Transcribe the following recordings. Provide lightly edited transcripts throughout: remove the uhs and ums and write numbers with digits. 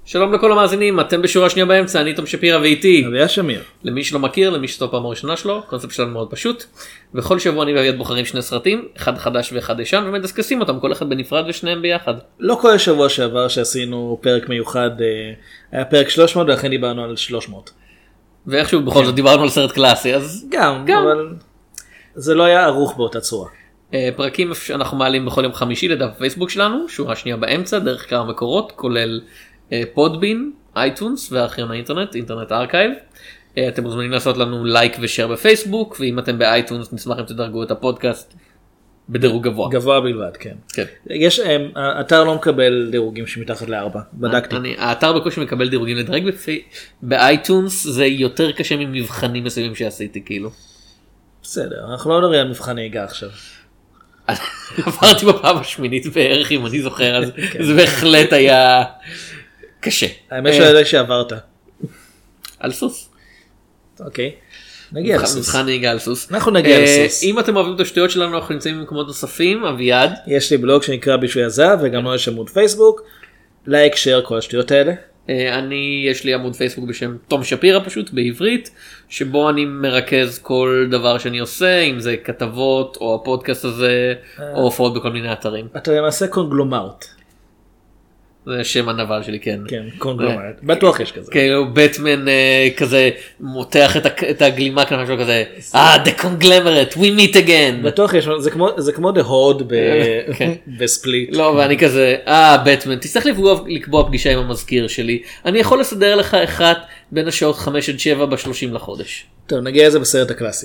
שלום לכל המאזינים, אתם בשורה שנייה באמצע, אני תום שפירא ואיתי. אביה שמיר. למי שלא מכיר, למי שזו פעם הראשונה שלו, קונספט שלנו מאוד פשוט. בכל שבוע אני ואביעד בוחרים שני סרטים, אחד חדש ואחד ישן, ומדסקסים אותם, כל אחד בנפרד ושניהם ביחד. לא כל שבוע שעבר שעשינו פרק מיוחד, היה פרק 300 ואכן דיברנו על 300. ואיכשהו בכל זאת דיברנו על סרט קלאסי, אז גם, אבל זה לא היה ערוך באותה צורה. פרקים אנחנו מעלים בכל יום חמישי לדף הפייסבוק שלנו, שורה שנייה באמצע, דרך כמה מקורות, כולל פודבין, אייטונס וארכיון האינטרנט, אינטרנט ארכייב. אתם מוזמנים לעשות לנו לייק ושאר בפייסבוק, ואם אתם באייטונס נשמח אם תדרגו את הפודקאסט בדירוג גבוה. גבוה בלבד, כן. כן. האתר לא מקבל דירוגים שמתחת ל4, בדקתי. האתר בקושי מקבל דירוגים לדרג באייטונס, זה יותר קשה ממבחנים מסוימים שעשיתי כאילו. בסדר, אנחנו לא נראה על מבחן נהיגה עכשיו. עברתי בפעם השמינית בערך, אם אני זוכר, אז זה בהחלט היה קשה. האמת שלא שעברת. על סוס. אוקיי. נגיע לסוס. מבחן נהיגה על סוס. אנחנו נגיע לסוס. אם אתם אוהבים את השטויות שלנו, אנחנו נמצאים במקומות נוספים. אביעד. יש לי בלוג שנקרא בשביל הזהב, וגם יש עמוד פייסבוק. לייק, שייר, כל השטויות האלה. יש לי עמוד פייסבוק בשם תום שפירא פשוט בעברית, שבו אני מרכז כל דבר שאני עושה, אם זה כתבות או הפודקאסט הזה, או הופעות בכל מיני אתרים. אתה למעשה קונגלומרט. זה שם הנבל שלי, כן. כן, קונגלומרט. בטוח יש כזה. כאילו בטמן כזה מותח את הגלימה כנראה שלו כזה, the conglomerate, we meet again. בטוח יש, זה כמו The Horde בספליט. לא, ואני כזה, בטמן, תצטרך לקבוע פגישה עם המזכיר שלי, אני יכול לסדר לך אחת בין השעות 5 עד 7 ב-30 לחודש. טוב, נגיע לזה בסרט הקלאסי.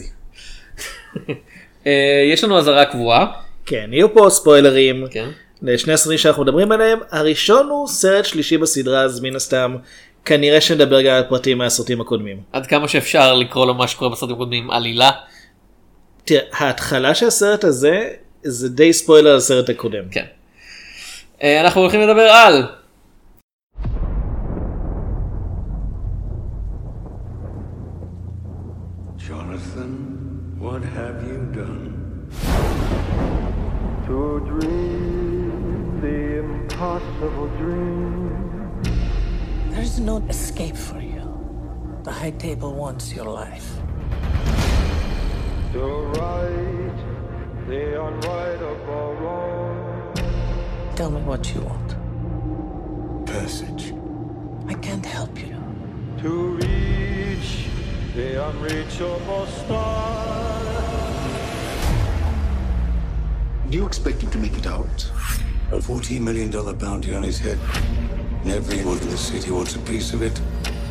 יש לנו אזהרה קבועה. כן, יהיו פה ספוילרים. כן. לשני הסרטים שאנחנו מדברים עליהם. הראשון הוא סרט שלישי בסדרה, אז מן הסתם כנראה שנדבר גם על פרטים מהסרטים הקודמים. עד כמה שאפשר לקרוא לו מה שקורה בסרטים הקודמים עלילה. תראה, ההתחלה של הסרט הזה זה די ספוילר על הסרט הקודם. כן. אנחנו הולכים לדבר על Jonathan, what have you done? To dream the impossible dream. There's no escape for you. The high table wants your life. To right the unrightable wrong. Tell me what you want. Passage. I can't help you. To reach the unreachable star. Do you expect him to make it out? A $14 million bounty on his head. And everyone in the city wants a piece of it.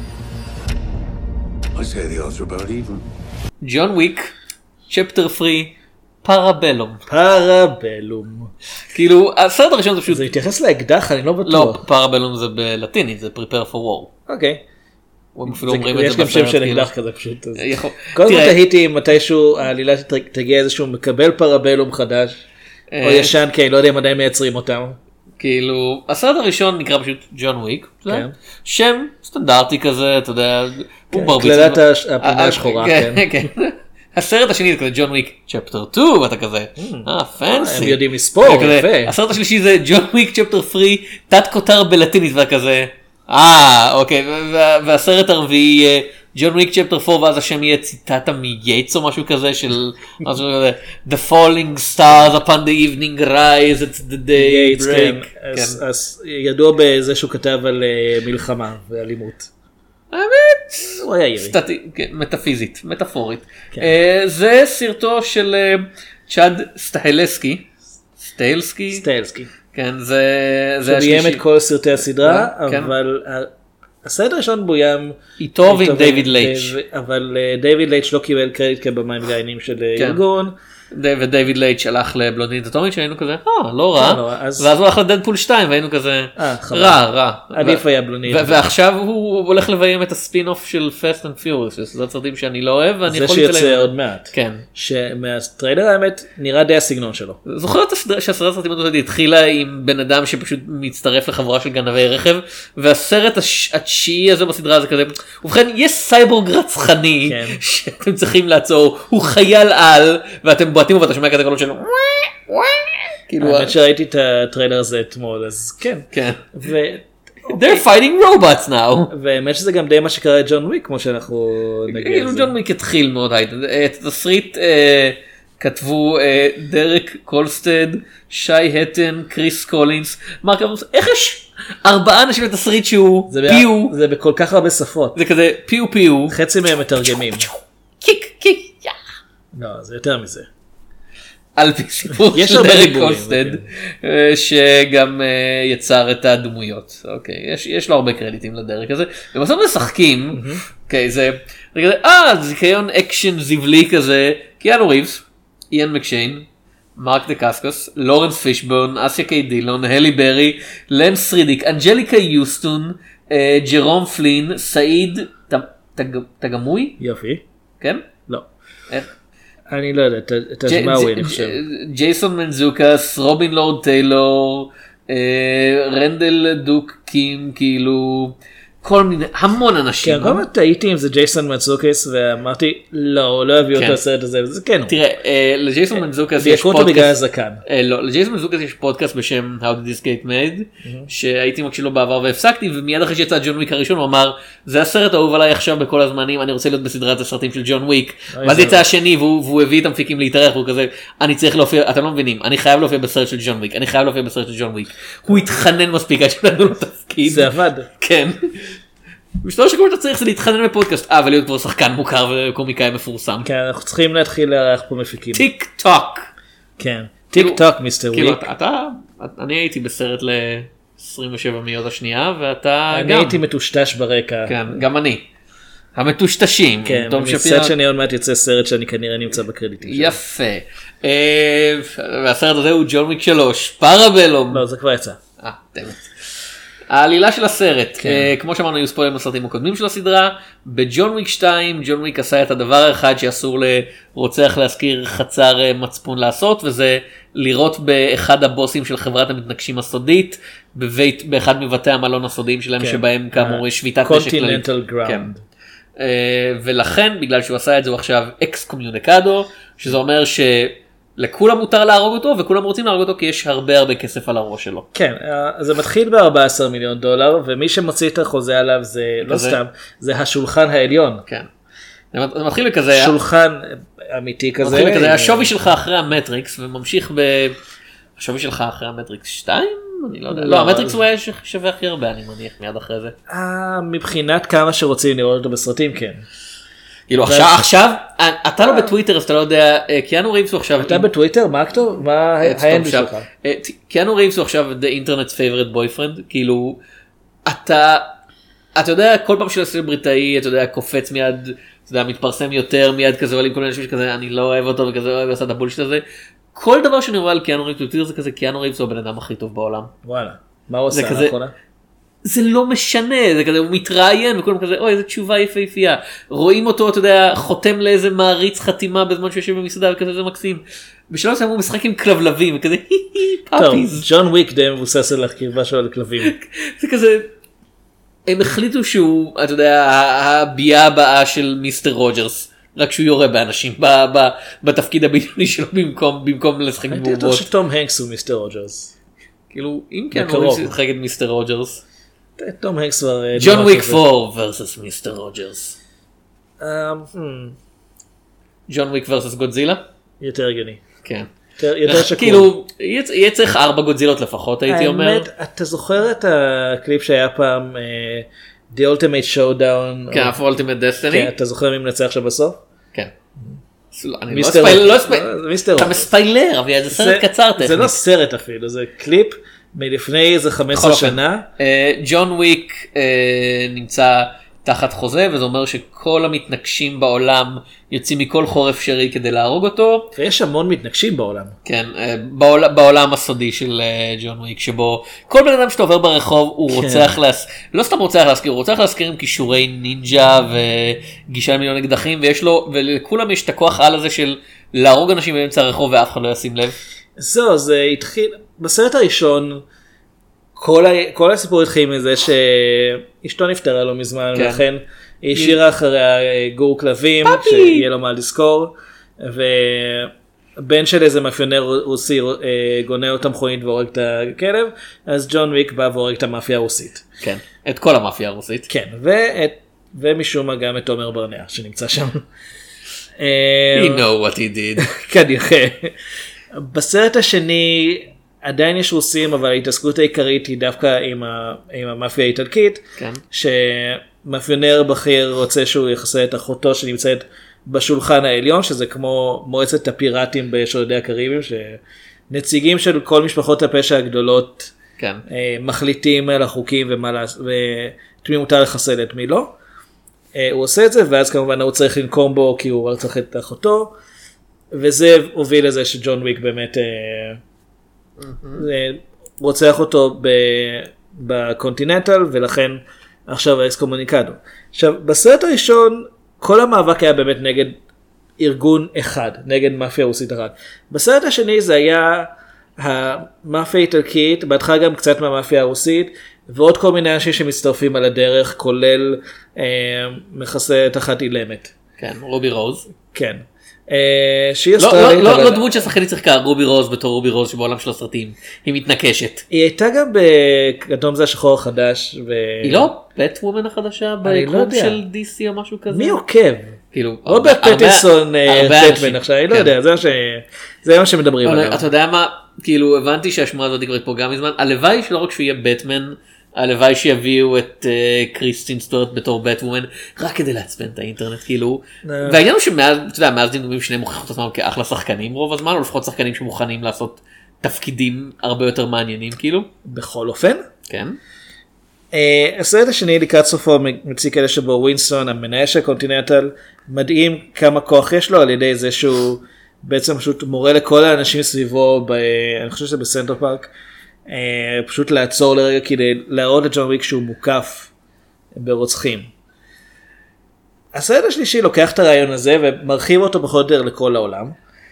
I say the odds are about even. ג'ון וויק, צ'פטר 3, פרבלום. פרבלום. כאילו, הסרט הראשון זה פשוט... זה התייחס לאקדח, אני לא בטוח. לא, פרבלום זה בלטינית, זה prepare for war. אוקיי. יש גם שם של אקדח כזה פשוט. כל הזמן תהיתי מתישהו העלילה תגיע איזשהו מקבל פרבלום חדש, או ישן, כי אני לא יודע אם עדיין מייצרים אותם. כאילו, הסרט הראשון נקרא פשוט ג'ון וויק, שם סטנדרטי כזה, אתה יודע, כללת הפינה השחורה. כן. הסרט השני זה כזה ג'ון וויק צ'פטר 2, ואתה כזה, פנסי. הם יודעים לספור, יפה. הסרט השלישי זה ג'ון וויק צ'פטר 3, תת כותר בלטינית, ואתה כזה, אוקיי, והסרט הרביעי, ג'ון וויק צ'פטר 4, ואז השם יהיה ציטטה מייטס או משהו כזה של The falling stars upon the evening rise, it's the day break. אז ידוע בזה שהוא כתב על מלחמה ואלימות. האמת, הוא היה ירי. מטאפיזית, מטאפורית. זה סרטו של צ'אד סטיילסקי. סטיילסקי. כן, זה השלישי. שביים את כל סרטי הסדרה, אבל הסרט הראשון בוים איתו ועם דיוויד לייץ'. אבל דיוויד לייץ' לא קיבל קרדיט כבמאי מגיינים של ארגון. ודייוויד לייץ' הלך לבלונדינית אטומית שהיינו כזה, לא רע, ואז הוא הלך לדדפול 2 והיינו כזה, רע. עדיף היה בלונדינית. ועכשיו הוא הולך לביים את הספין אוף של Fast and Furious, שזה סרטים שאני לא אוהב, ואני זה יכול שיוצא עוד מעט. כן. שמהטריילר האמת נראה די הסגנון שלו. זוכר שהסרט הסרטים הזאת התחילה עם בן אדם שפשוט מצטרף לחבורה של גנבי רכב, והסרט התשיעי הזה בסדרה הזה כזה, ובכן יש סייבורג רצחני שאתם צריכים לעצור, הוא חייל על, ואתם בועטים ואתה שומע כזה קולות שלו. האמת שראיתי את הטריילר הזה אתמול, אז כן. They're fighting robots now. והאמת שזה גם די מה שקרה את ג'ון וויק, כמו שאנחנו נגיע לזה. ג'ון וויק התחיל מאוד הייטן. את התסריט כתבו דרק קולסטד, שי הטן, קריס קולינס, מרק אברמס. איך יש 4 אנשים בתסריט שהוא פיו? זה בכל כך הרבה שפות. זה כזה פיו פיו. חצי מהם מתרגמים. קיק קיק. לא, זה יותר מזה. על פי סיפור של דרק קולסטד, שגם יצר את הדמויות. אוקיי, יש לו הרבה קרדיטים לדרק הזה. ובסוף משחקים, אוקיי, זה זיכיון אקשן זבלי כזה, קיאנו ריבס, איאן מקשיין, מרק דקסקוס, לורנס פישבורן, אסיה קיי דילון, הלי ברי, לנס רידיק, אנג'ליקה יוסטון, ג'רום פלין, סעיד תגמוי? יופי. כן? לא. איך? אני לא יודע, תזמאווי אני חושב. ג'ייסון מנזוקס, רובין לורד טיילור, רנדל דוק קים, כאילו כל מיני, המון אנשים. כן, גם טעיתי אם זה ג'ייסון מנזוקס ואמרתי לא, לא אביאו אותו לסרט הזה, וזה כן. תראה, לג'ייסון מנזוקס יש פודקאסט, לא, לג'ייסון מנזוקס יש פודקאסט בשם How Did This Get Made, שהייתי מקשיב לו בעבר והפסקתי, ומיד אחרי שיצא ג'ון וויק הראשון הוא אמר, זה הסרט האהוב עליי עכשיו בכל הזמנים, אני רוצה להיות בסדרת הסרטים של ג'ון וויק, ואז יצא השני והוא הביא את המפיקים להתארח, והוא כזה, אני צריך להופיע, אתם לא מבינים, אני חייב להופיע בסרט של ג'ון וויק, אני חייב להופיע בסרט של ג'ון וויק. הוא התחנן מספיק עד שנתנו לו תפקיד. זה עבד. כן. משתמש שכל שאתה צריך זה להתחנן בפודקאסט, ולהיות כבר שחקן מוכר וקומיקאי מפורסם. כן, אנחנו צריכים להתחיל לארח פה מפיקים. טיק טוק. כן, טיק טוק מיסטר וויק. אני הייתי בסרט ל-27 מאיות השנייה, ואתה גם. אני הייתי מטושטש ברקע. כן, גם אני. המטושטשים. כן, מצד שני עוד מעט יוצא סרט שאני כנראה נמצא בקרדיטים. יפה. והסרט הזה הוא ג'ון וויק 3, פרבלום. לא, זה כבר יצא. באמת. העלילה של הסרט, כמו שאמרנו, היו ספוילרים בסרטים הקודמים של הסדרה, בג'ון וויק 2, ג'ון וויק עשה את הדבר האחד שאסור לרוצח להזכיר חצר מצפון לעשות, וזה לראות באחד הבוסים של חברת המתנגשים הסודית, באחד מבתי המלון הסודיים שלהם, שבהם כאמור שביתת נשק כללית. Continental Ground. ולכן, בגלל שהוא עשה את זה, הוא עכשיו אקס קומיוניקדו, שזה אומר ש... לכולם מותר להרוג אותו וכולם רוצים להרוג אותו כי יש הרבה כסף על הראש שלו. כן, זה מתחיל ב$14 מיליון ומי שמוציא את החוזה עליו זה לא סתם, זה השולחן העליון. כן. זה מתחיל בכזה. שולחן אמיתי כזה. מתחיל בכזה, השווי שלך אחרי המטריקס וממשיך השווי שלך אחרי המטריקס 2? אני לא יודע. לא, המטריקס הוא היה שווה הכי הרבה אני מניח מיד אחרי זה. מבחינת כמה שרוצים לראות אותו בסרטים כן. כאילו עכשיו אתה לא בטוויטר אז אתה לא יודע קיאנו ריבס הוא עכשיו אתה בטוויטר מה הכתוב מה האנד שלך קיאנו ריבס הוא עכשיו the internet's favorite boyfriend כאילו אתה יודע כל פעם של הסלבריטאי אתה יודע קופץ מיד אתה יודע מתפרסם יותר מיד כזה אבל עם כל מיני אנשים שכזה אני לא אוהב אותו וכזה אוהב לעשות את הבולשיט הזה כל דבר שאני רואה על קיאנו ריבס בטוויטר זה כזה קיאנו ריבס הוא הבן אדם הכי טוב בעולם. וואלה מה הוא עושה לאחרונה? זה לא משנה, זה כזה, הוא מתראיין וכולם כזה, אוי, איזה תשובה יפהפייה. רואים אותו, אתה יודע, חותם לאיזה מעריץ חתימה בזמן שיושב במסעדה וכזה, זה מקסים. בשלב מסוים הוא משחק עם כלבלבים, וכזה, פאפיז. טוב, ג'ון וויק די מבוסס על הקרבה שלו לכלבים. זה כזה, הם החליטו שהוא, אתה יודע, הביאה הבאה של מיסטר רוג'רס. רק שהוא יורה באנשים בתפקיד הבדיוני שלו במקום לשחק בבובות. הייתי אותו שתום הנקס הוא מיסטר רוג'רס. כאילו, אם כן, הוא משחק את מיסטר רוג'רס. תום הנקס כבר... ג'ון וויק 4 versus מיסטר רוג'רס. ג'ון וויק versus גודזילה? יותר הגיוני. כן. יותר שקול. כאילו, יהיה צריך 4 גודזילות לפחות, הייתי אומר. האמת, אתה זוכר את הקליפ שהיה פעם, The Ultimate Showdown? כן, Ultimate Destiny? כן, אתה זוכר מי מנצח שם בסוף? כן. אני לא ספיילר, אתה מספיילר, אבל זה סרט קצר טכנית. זה לא סרט אפילו, זה קליפ מלפני איזה 15 שנה. ג'ון וויק נמצא תחת חוזה, וזה אומר שכל המתנגשים בעולם יוצאים מכל חור אפשרי כדי להרוג אותו. ויש המון מתנגשים בעולם. כן, בעולם הסודי של ג'ון וויק, שבו כל בן אדם שאתה עובר ברחוב הוא רוצח לא סתם רוצח להזכיר, הוא רוצח להזכיר עם כישורי נינג'ה וגישה למיליון אקדחים, ולכולם יש את הכוח על הזה של להרוג אנשים באמצע הרחוב ואף אחד לא ישים לב. זהו, זה התחיל, בסרט הראשון, כל הסיפור התחיל מזה שאשתו נפטרה לא מזמן, ולכן היא השאירה אחריה גור כלבים, שיהיה לו מה לזכור, בן של איזה מאפיונר רוסי גונה אותה מכונית והורג את הכלב, אז ג'ון וויק בא והורג את המאפיה הרוסית. כן, את כל המאפיה הרוסית. כן, ומשום מה גם את תומר ברנע שנמצא שם. You know what he did. כנראה. בסרט השני עדיין יש רוסים, אבל ההתעסקות העיקרית היא דווקא עם המאפיה האיטלקית, כן. שמאפיונר בכיר רוצה שהוא יחסה את אחותו שנמצאת בשולחן העליון, שזה כמו מועצת הפיראטים בשודדי הקריבים, שנציגים של כל משפחות הפשע הגדולות כן. מחליטים על החוקים ואת מי מותר לחסל את מי לא. הוא עושה את זה, ואז כמובן הוא צריך לנקום בו כי הוא צריך את אחותו, וזה הוביל לזה שג'ון וויק באמת רוצח אותו בקונטיננטל, ולכן עכשיו האקסקומוניקדו. עכשיו בסרט הראשון כל המאבק היה באמת נגד ארגון אחד, נגד מאפיה רוסית אחת. בסרט השני זה היה המאפיה האיטלקית, בהתחלה גם קצת מהמאפיה הרוסית, ועוד כל מיני אנשים שמצטרפים על הדרך, כולל מכסה תחת אילמת. כן, רובי רוז. כן. שהיא אוסטרלית. לא דמות שהשחקנית שיחקה רובי רוז בתור רובי רוז שבעולם של הסרטים. היא מתנקשת. היא הייתה גם בכתום זה השחור החדש. היא לא בטוומן החדשה ביקום של DC או משהו כזה? מי עוקב? כאילו, רוברט פטינסון בטמן עכשיו, אני לא יודע, זה מה שמדברים עליו. אתה יודע מה, כאילו הבנתי שהשמועה הזאת כבר פה גם מזמן, הלוואי שלא רק שהוא יהיה בטמן, הלוואי שיביאו את קריסטין סטוארט בתור בטוומן, רק כדי לעצבן את האינטרנט, כאילו, והעניין הוא שמאז, אתה יודע, מאז דינגומים שניהם מוכיחים את עצמם כאחלה שחקנים רוב הזמן, או לפחות שחקנים שמוכנים לעשות תפקידים הרבה יותר מעניינים, כאילו. בכל אופן. כן. הסרט השני לקראת סופו מציג כאלה שבו ווינסטון, המנהל של קונטיננטל, מדהים כמה כוח יש לו על ידי זה שהוא בעצם פשוט מורה לכל האנשים סביבו, אני חושב שזה בסנטר פארק, פשוט לעצור לרגע כדי להראות לג'ון וויק שהוא מוקף ברוצחים. הסרט השלישי לוקח את הרעיון הזה ומרחיב אותו בכל יותר לכל העולם.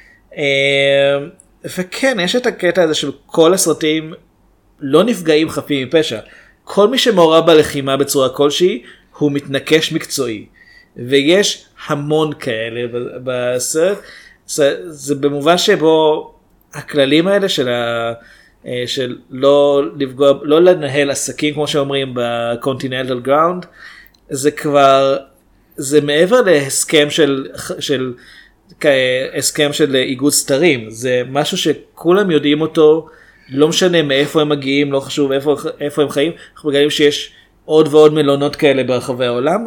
וכן, יש את הקטע הזה של כל הסרטים לא נפגעים חפים מפשע. כל מי שמעורב בלחימה בצורה כלשהי הוא מתנקש מקצועי. ויש המון כאלה בסרט. זה במובן שבו הכללים האלה של לא לפגוע, לא לנהל עסקים כמו שאומרים בקונטיננטל גראונד, זה כבר, זה מעבר להסכם הסכם של איגוד סתרים, זה משהו שכולם יודעים אותו, לא משנה מאיפה הם מגיעים, לא חשוב איפה הם חיים, אנחנו מגלים שיש עוד ועוד מלונות כאלה ברחבי העולם,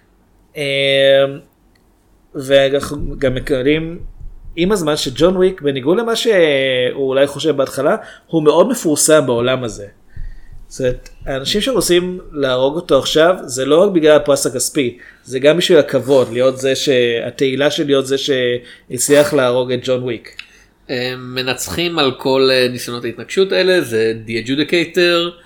ואנחנו גם מקבלים עם הזמן שג'ון וויק, בניגוד למה שהוא אולי חושב בהתחלה, הוא מאוד מפורסם בעולם הזה. זאת אומרת, האנשים שרוצים להרוג אותו עכשיו, זה לא רק בגלל הפרס הכספי, זה גם בשביל הכבוד, להיות זה התהילה של להיות זה שהצליח להרוג את ג'ון וויק. מנצחים על כל ניסיונות ההתנגשות האלה, זה The Adjudicator,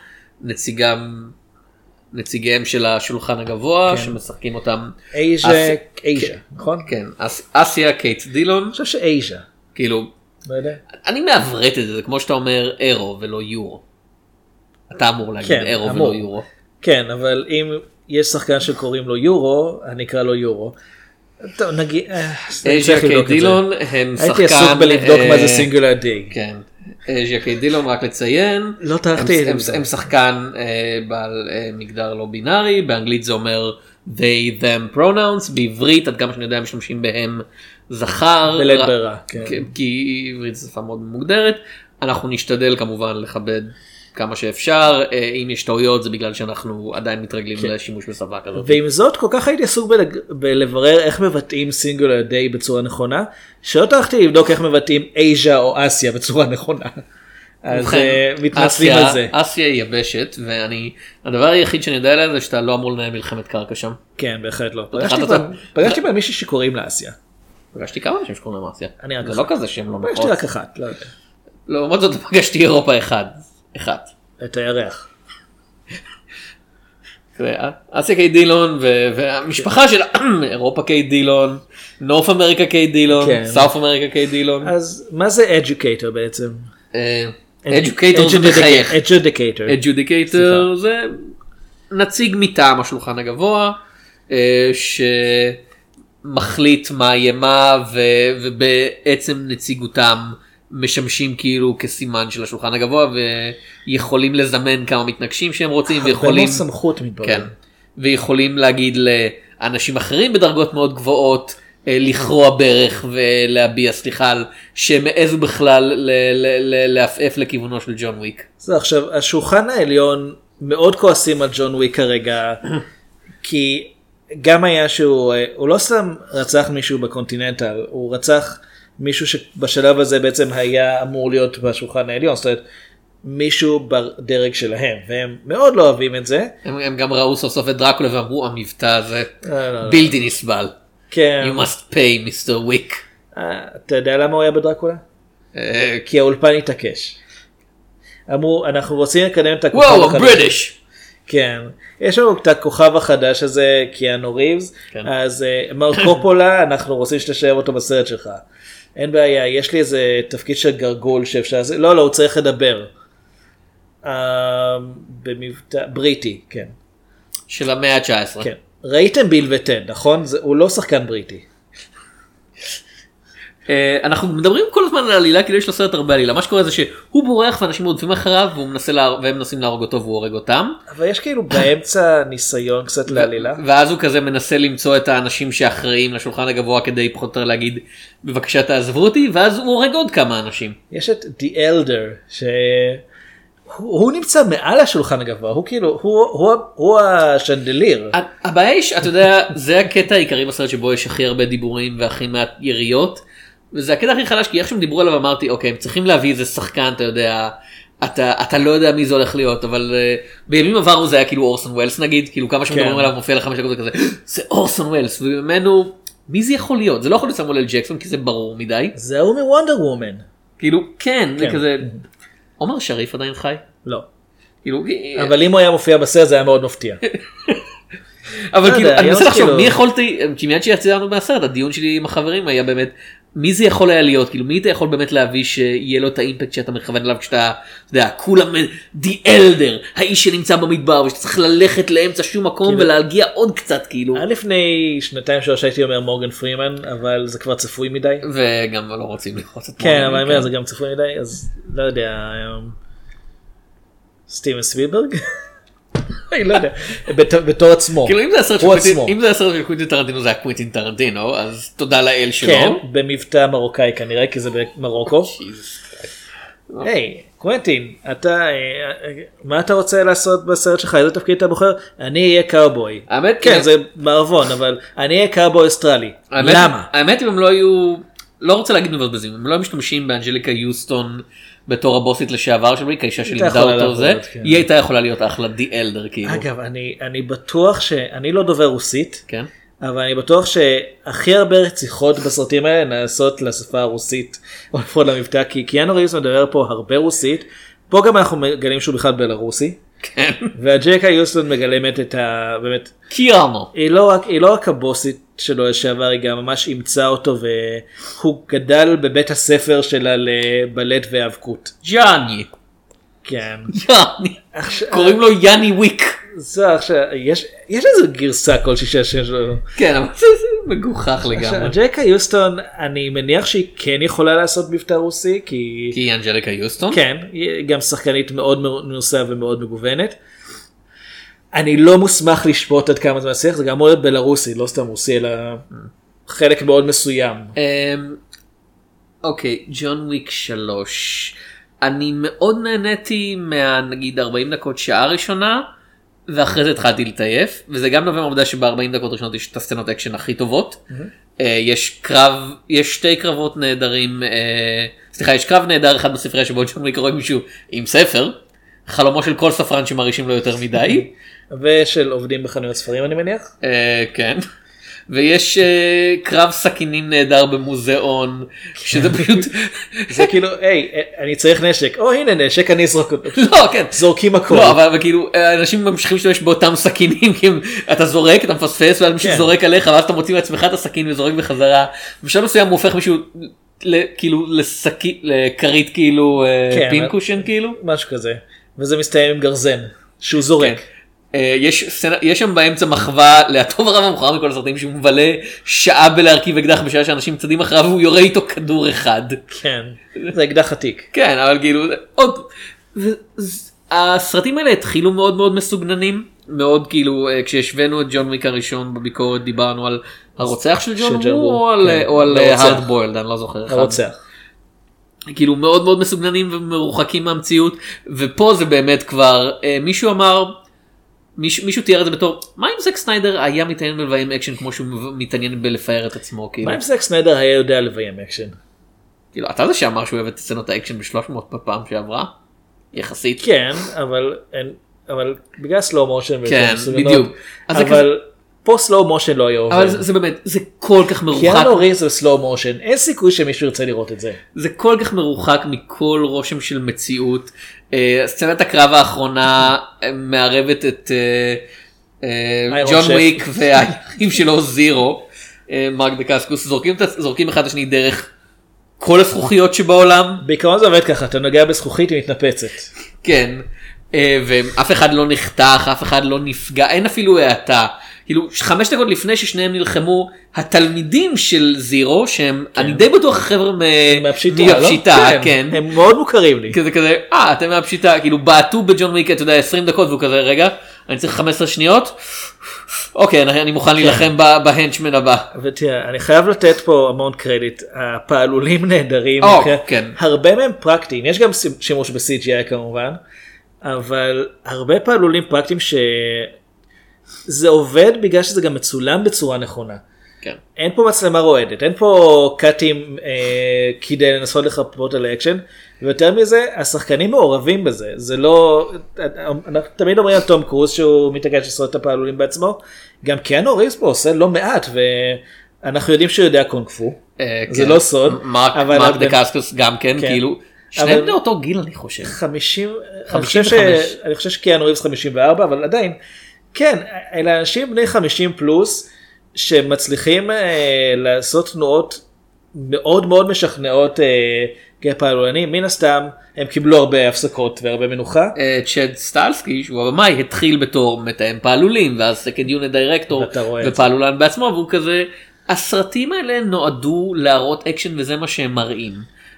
נציגיהם של השולחן הגבוה, כן. שמשחקים אותם. אייז'ה, נכון? כן, אסיה קייט דילון. אני חושב שאייז'ה. כאילו, לא יודע. אני מעברת את זה, זה כמו שאתה אומר אירו ולא יורו. אתה אמור להגיד כן, אירו ולא יורו. כן, אבל אם יש שחקן שקוראים לו יורו, אני אקרא לו יורו. טוב, נגיד, אייז'ה קייט דילון הם שחקן. הייתי עסוק בלבדוק מה זה סינגולר דיג. כן. אייז'ה קייט דילון, רק לציין. לא טרחתי. הם שחקן בעל מגדר לא בינארי, באנגלית זה אומר they them pronouns, בעברית עד כמה שאני יודע משתמשים בהם זכר. בלית ברירה. כי עברית זו שפה מאוד מוגדרת. אנחנו נשתדל כמובן לכבד כמה שאפשר, אם יש טעויות זה בגלל שאנחנו עדיין מתרגלים לשימוש בשפה כזאת. ועם זאת כל כך הייתי עסוק בלברר איך מבטאים סינגולר דיי בצורה נכונה, שלא טרחתי לבדוק איך מבטאים אייז'ה או אסיה בצורה נכונה. אז מתנצלים על זה. אסיה היא יבשת, והדבר היחיד שאני יודע עליה זה שאתה לא אמור לנהל מלחמת קרקע שם. כן, בהחלט לא. פגשתי בה מישהי שקוראים לאסיה. פגשתי כמה אנשים שקוראים לאסיה. זה לא כזה שהם לא נוחות. פגשתי רק אחת, לא יודע. לעומת זאת פגשתי אירופה אחד. את הירח. אסיה קייט דילון והמשפחה של אירופה קייט דילון, נורף אמריקה קייט דילון, סאוף אמריקה קייט דילון. אז מה זה אדיוקייטור בעצם? אדיוקייטור זה מחייך. אדיוקייטור זה נציג מטעם השולחן הגבוה מחליט מה יהיה מה, ובעצם נציגותם משמשים כאילו כסימן של השולחן הגבוה, ויכולים לזמן כמה מתנגשים שהם רוצים, ויכולים... הרבה סמכות מתברר. כן, ויכולים להגיד לאנשים אחרים בדרגות מאוד גבוהות, לכרוע ברך ולהביע סליחה על שמעזו בכלל להפעף לכיוונו של ג'ון וויק. זה עכשיו, השולחן העליון מאוד כועסים על ג'ון וויק כרגע, כי גם היה שהוא לא סתם רצח מישהו בקונטיננטל, הוא רצח מישהו שבשלב הזה בעצם היה אמור להיות בשולחן העליון, זאת אומרת, מישהו בדרג שלהם, והם מאוד לא אוהבים את זה. הם גם ראו סוף סוף את דרקולה ואמרו, המבטא הזה בלתי נסבל. כן. You must pay, Mr. Wick. אתה יודע למה הוא היה בדרקולה? כי האולפן התעקש. אמרו, אנחנו רוצים לקדם את הכוכב וואו, החדש. בריטיש. כן. יש לנו את הכוכב החדש הזה, קיאנו ריבס, אז מר קופולה, אנחנו רוצים שתשאר אותו בסרט שלך. אין בעיה, יש לי איזה תפקיד של גרגול שאפשר... לא, הוא צריך לדבר. במבטא... בריטי, כן. של המאה ה-19. כן. ראיתם ביל וטד, נכון? הוא לא שחקן בריטי. אנחנו מדברים כל הזמן על עלילה, כאילו יש לו סרט הרבה עלילה. מה שקורה זה שהוא בורח ואנשים רודפים אחריו, והם מנסים להרוג אותו והוא הורג אותם. אבל יש כאילו באמצע ניסיון קצת לעלילה. ואז הוא כזה מנסה למצוא את האנשים שאחראים לשולחן הגבוה כדי פחות או יותר להגיד, בבקשה תעזבו אותי, ואז הוא הורג עוד כמה אנשים. יש את The Elder, הוא נמצא מעל השולחן הגבוה, הוא כאילו, הוא השנדליר. הבעיה היא שאתה יודע, זה הקטע העיקרי בסרט שבו יש הכי הרבה דיבורים והכי מעט יריות, וזה הקטע הכי חלש, כי איך שהם דיברו עליו אמרתי, אוקיי, הם צריכים להביא איזה שחקן, אתה יודע, אתה לא יודע מי זה הולך להיות, אבל בימים עברו זה היה כאילו אורסון ווילס נגיד, כאילו כמה שמדברים עליו מופיע לך משהו כזה, זה אורסון ווילס, ובמנו, מי זה יכול להיות? זה לא יכול להיות סמואל אל ג'קסון, כי זה ברור מדי. זה הוא מוונדר וומן. כאילו, כן, זה כזה, עומר שריף עדיין חי? לא. כאילו, אבל אם הוא היה מופיע בסרט זה היה מאוד מפתיע. אבל כאילו, אני מנסה לחשוב, מי יכולתי, כי מיד שיצאנו מהסרט, הדיון שלי עם החברים היה באמת, מי זה יכול היה להיות, כאילו מי אתה יכול באמת להביא שיהיה לו את האימפקט שאתה מכוון אליו כשאתה, אתה יודע, כולם, The Elder, האיש שנמצא במדבר, ושאתה צריך ללכת לאמצע שום מקום ולהגיע עוד קצת, כאילו. לפני 2-3 הייתי אומר מורגן פרימן, אבל זה כבר צפוי מדי. וגם לא רוצים לראות את כן, אבל אני אומר, זה גם צפוי מדי, אז לא יודע, סטיבן ספילברג? אני לא יודע, בתור עצמו. כאילו אם זה הסרט של קווינטין טרנטינו זה היה קווינטין טרנטינו, אז תודה לאל שלו. כן, במבטא מרוקאי כנראה, כי זה במרוקו. היי, קווינטין, מה אתה רוצה לעשות בסרט שלך? איזה תפקיד אתה בוחר? אני אהיה קאובוי. כן, זה מערבון, אבל אני אהיה קאובוי אוסטרלי. למה? האמת אם הם לא היו, לא רוצה להגיד מבזבזים, הם לא משתמשים באנג'ליקה יוסטון בתור הבוסית לשעבר של בריקה, אישה שלימדה אותו זה, היא הייתה יכולה להיות אחלה The Elder כאילו. אגב, אני בטוח שאני לא דובר רוסית, כן. אבל אני בטוח שהכי הרבה רציחות בסרטים האלה נעשות לשפה הרוסית, או לפחות למבטא, כי קיאנו ריבס מדבר פה הרבה רוסית, פה גם אנחנו מגלים שהוא בכלל בלרוסי, כן. והג'קה יוסטון מגלמת את ה... באמת... קיאנו. היא לא רק הבוסית שלו לשעבר, היא גם ממש אימצה אותו, והוא גדל בבית הספר שלה לבלט והאבקות. ג'אני. כן. יאני. קוראים לו יאני וויק. זה עכשיו, יש איזו גרסה כלשהי שיש לו. כן, אבל זה מגוחך לגמרי. ג'קה יוסטון, אני מניח שהיא כן יכולה לעשות מבטא רוסי, כי... כי היא אנג'ליקה יוסטון? כן, היא גם שחקנית מאוד מנוסה ומאוד מגוונת. אני לא מוסמך לשפוט עד כמה זה מצליח, זה גם אמור להיות בלרוסי, לא סתם רוסי, אלא חלק מאוד מסוים. אוקיי, ג'ון וויק 3. אני מאוד נהניתי נגיד 40 דקות שעה ראשונה, ואחרי זה התחלתי לטייף, וזה גם נובע מהעובדה שב-40 דקות ראשונות יש את הסצנות אקשן הכי טובות. יש שתי קרבות נהדרים, סליחה, יש קרב נהדר אחד בספרייה שבו ג'ון וויק רואה מישהו עם ספר, חלומו של כל ספרן שמרישים לו יותר מדי. ושל עובדים בחנויות ספרים אני מניח? כן. ויש קרב סכינים נהדר במוזיאון, שזה פשוט... זה כאילו, היי, אני צריך נשק, או הנה נשק, אני אזרוק אותו. לא, כן. זורקים הכל. לא, אבל כאילו, אנשים ממשיכים להשתמש באותם סכינים, כי אתה זורק, אתה מפספס, ואז מישהו זורק עליך, ואז אתה מוציא מעצמך את הסכין וזורק בחזרה. בשלב מסוים הוא הופך מישהו, כאילו, לכרית כאילו, פינקושן כאילו. משהו כזה. וזה מסתיים עם גרזן, שהוא זורק. יש שם באמצע מחווה להטוב הרב המוכר מכל הסרטים שהוא מבלה שעה בלהרכיב אקדח בשעה שאנשים צדים אחריו והוא יורה איתו כדור אחד. כן, זה אקדח עתיק. כן, אבל כאילו עוד הסרטים האלה התחילו מאוד מאוד מסוגננים, מאוד כאילו כשהשווינו את ג'ון וויק הראשון בביקורת דיברנו על הרוצח של ג'ון וו או על הארד בוילד, אני לא זוכר. הרוצח. כאילו מאוד מאוד מסוגננים ומרוחקים מהמציאות, ופה זה באמת כבר מישהו אמר, מישהו תיאר את זה בתור, מה אם זק סניידר היה מתעניין בלביים אקשן כמו שהוא מתעניין בלפאר את עצמו? מה אם זק סניידר היה יודע לביים אקשן? כאילו אתה זה שאמר שהוא אוהב את סצנות האקשן ב-300 בפעם שעברה? יחסית. כן, אבל בגלל סלואו מושן. כן, בדיוק. אבל פה סלואו מושן לא היה עובר. אבל זה באמת, זה כל כך מרוחק. קיאנו ריבס זה סלואו מושן, אין סיכוי שמישהו ירצה לראות את זה. זה כל כך מרוחק מכל רושם של מציאות. סצנת הקרב האחרונה מערבת את ג'ון וויק והאחים שלו זירו, מרק דקסקוס, זורקים אחד לשני דרך כל הזכוכיות שבעולם. בעיקרון זה עובד ככה, אתה נוגע בזכוכית היא מתנפצת. כן, ואף אחד לא נחתך, אף אחד לא נפגע, אין אפילו העתה. כאילו 5 דקות לפני ששניהם נלחמו, התלמידים של זירו, שהם, אני די בטוח החבר'ה מהפשיטה, כן. הם מאוד מוכרים לי. כזה, אתם מהפשיטה, כאילו בעטו בג'ון וויק, אתה יודע, 20 דקות, והוא כזה, רגע, אני צריך 15 שניות, אוקיי, אני מוכן להילחם בהנצ'מן הבא. ותראה, אני חייב לתת פה המון קרדיט, הפעלולים נהדרים, הרבה מהם פרקטיים, יש גם שימוש ב-CGI כמובן, אבל הרבה פעלולים פרקטיים זה עובד בגלל שזה גם מצולם בצורה נכונה. כן. אין פה מצלמה רועדת, אין פה קאטים כדי לנסות לחפות על האקשן, ויותר מזה, השחקנים מעורבים בזה. זה לא, אנחנו תמיד אומרים על תום קרוז שהוא מתעקש לעשות את הפעלולים בעצמו, גם קיאנו ריבס פה עושה לא מעט, ואנחנו יודעים שהוא יודע קונג פו, זה לא סוד. מרק דקסקוס גם כן, כאילו, שניהם לאותו גיל אני חושב. 55. אני חושב שקיאנו ריבס 54, אבל עדיין, כן, אלה אנשים בני 50 פלוס, שמצליחים לעשות תנועות מאוד מאוד משכנעות כפעלולנים, מן הסתם הם קיבלו הרבה הפסקות והרבה מנוחה. צ'אד סטלסקי, שהוא הבמאי, התחיל בתור מתאם פעלולים, ואז סקנד יוניט דירקטור ופעלולן בעצמו, והוא כזה, הסרטים האלה נועדו להראות אקשן וזה מה שהם מראים.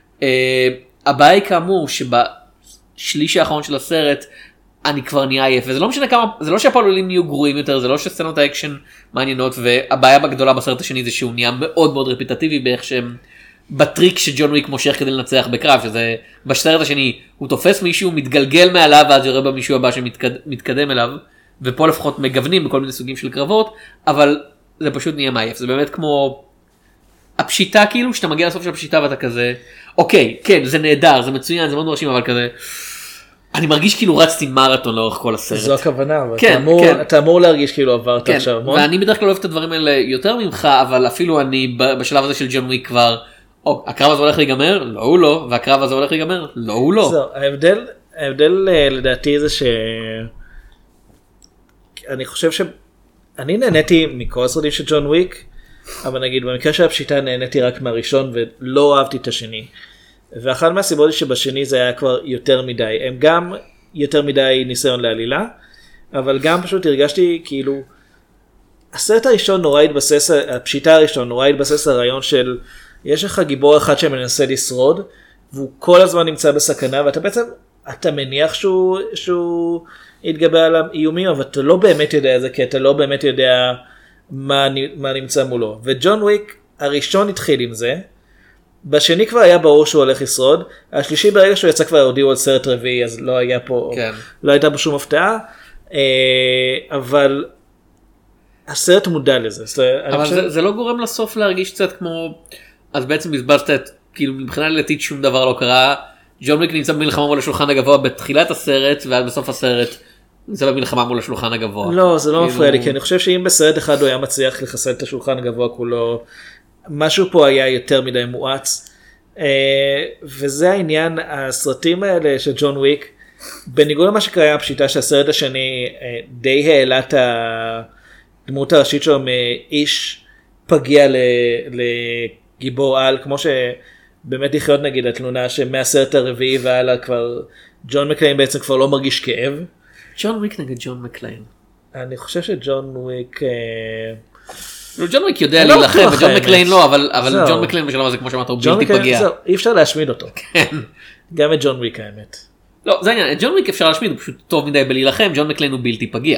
הבעיה היא כאמור שבשליש האחרון של הסרט, אני כבר נהיה עייף, וזה לא משנה כמה, זה לא שהפעלולים נהיו גרועים יותר, זה לא שסצנות האקשן מעניינות, והבעיה הגדולה בסרט השני זה שהוא נהיה מאוד מאוד רפיטטיבי, באיך שהם, בטריק שג'ון וויק מושך כדי לנצח בקרב, שזה בסרט השני, הוא תופס מישהו, מתגלגל מעליו, ואז יורה במישהו הבא שמתקדם אליו, ופה לפחות מגוונים בכל מיני סוגים של קרבות, אבל זה פשוט נהיה מעייף, זה באמת כמו הפשיטה כאילו, שאתה מגיע לסוף של הפשיטה ואתה כזה, אוקיי, כן, זה נהדר, זה מצוין, זה מאוד מרשים, אבל כזה, אני מרגיש כאילו רצתי מרתון לאורך כל הסרט. זו הכוונה, אבל כן, אתה אמור להרגיש כאילו עברת עכשיו. ואני בדרך כלל אוהב את הדברים האלה יותר ממך, אבל אפילו אני בשלב הזה של ג'ון וויק כבר, הקרב הזה הולך להיגמר? לא הוא לא, והקרב הזה הולך להיגמר? לא הוא לא. ההבדל לדעתי זה אני חושב שאני נהניתי מכל הסרטים של ג'ון וויק, אבל נגיד במקרה של הפשיטה נהניתי רק מהראשון ולא אהבתי את השני. ואחת מהסיבות היא שבשני זה היה כבר יותר מדי, הם גם יותר מדי ניסיון לעלילה, אבל גם פשוט הרגשתי כאילו, הסרט הראשון נורא התבסס, הפשיטה הראשון נורא התבסס על הרעיון של, יש לך גיבור אחד שמנסה לשרוד, והוא כל הזמן נמצא בסכנה, ואתה בעצם, אתה מניח שהוא יתגבר על האיומים, אבל אתה לא באמת יודע את זה, כי אתה לא באמת יודע מה נמצא מולו. וג'ון וויק הראשון התחיל עם זה, בשני כבר היה ברור שהוא הולך לשרוד, השלישי ברגע שהוא יצא כבר הודיעו על סרט רביעי, אז לא היה פה, כן. לא הייתה פה שום הפתעה, אבל הסרט מודע לזה. אבל זה לא גורם לסוף להרגיש קצת כמו, אז בעצם בזבזת את, כאילו מבחינה לילתית שום דבר לא קרה, ג'ון וויק נמצא במלחמה מול השולחן הגבוה בתחילת הסרט, ועד בסוף הסרט נמצא במלחמה מול השולחן הגבוה. לא, זה לא מפריע לי, כי אני חושב שאם בסרט אחד הוא היה מצליח לחסל את השולחן הגבוה כולו, משהו פה היה יותר מדי מואץ, וזה העניין, הסרטים האלה של ג'ון וויק, בניגוד למה שקרה הפשיטה שהסרט השני די העלה את הדמות הראשית שלו מאיש פגיע לגיבור על, כמו שבאמת לחיות נגיד התלונה שמהסרט הרביעי והלאה כבר, ג'ון מקליין בעצם כבר לא מרגיש כאב. ג'ון וויק נגד ג'ון מקליין. אני חושב שג'ון וויק... ג'ון וויק יודע לא להילחם, בטוח, וג'ון האמת. מקליין לא, אבל זהו. ג'ון מקליין בשלב הזה, כמו שאמרת, הוא ג'ון בלתי וויק, פגיע. זהו, אי אפשר להשמיד אותו. כן. גם את ג'ון וויק האמת. לא, זה העניין, את ג'ון וויק אפשר להשמיד, הוא פשוט טוב מדי בלהילחם, ג'ון מקליין הוא בלתי פגיע.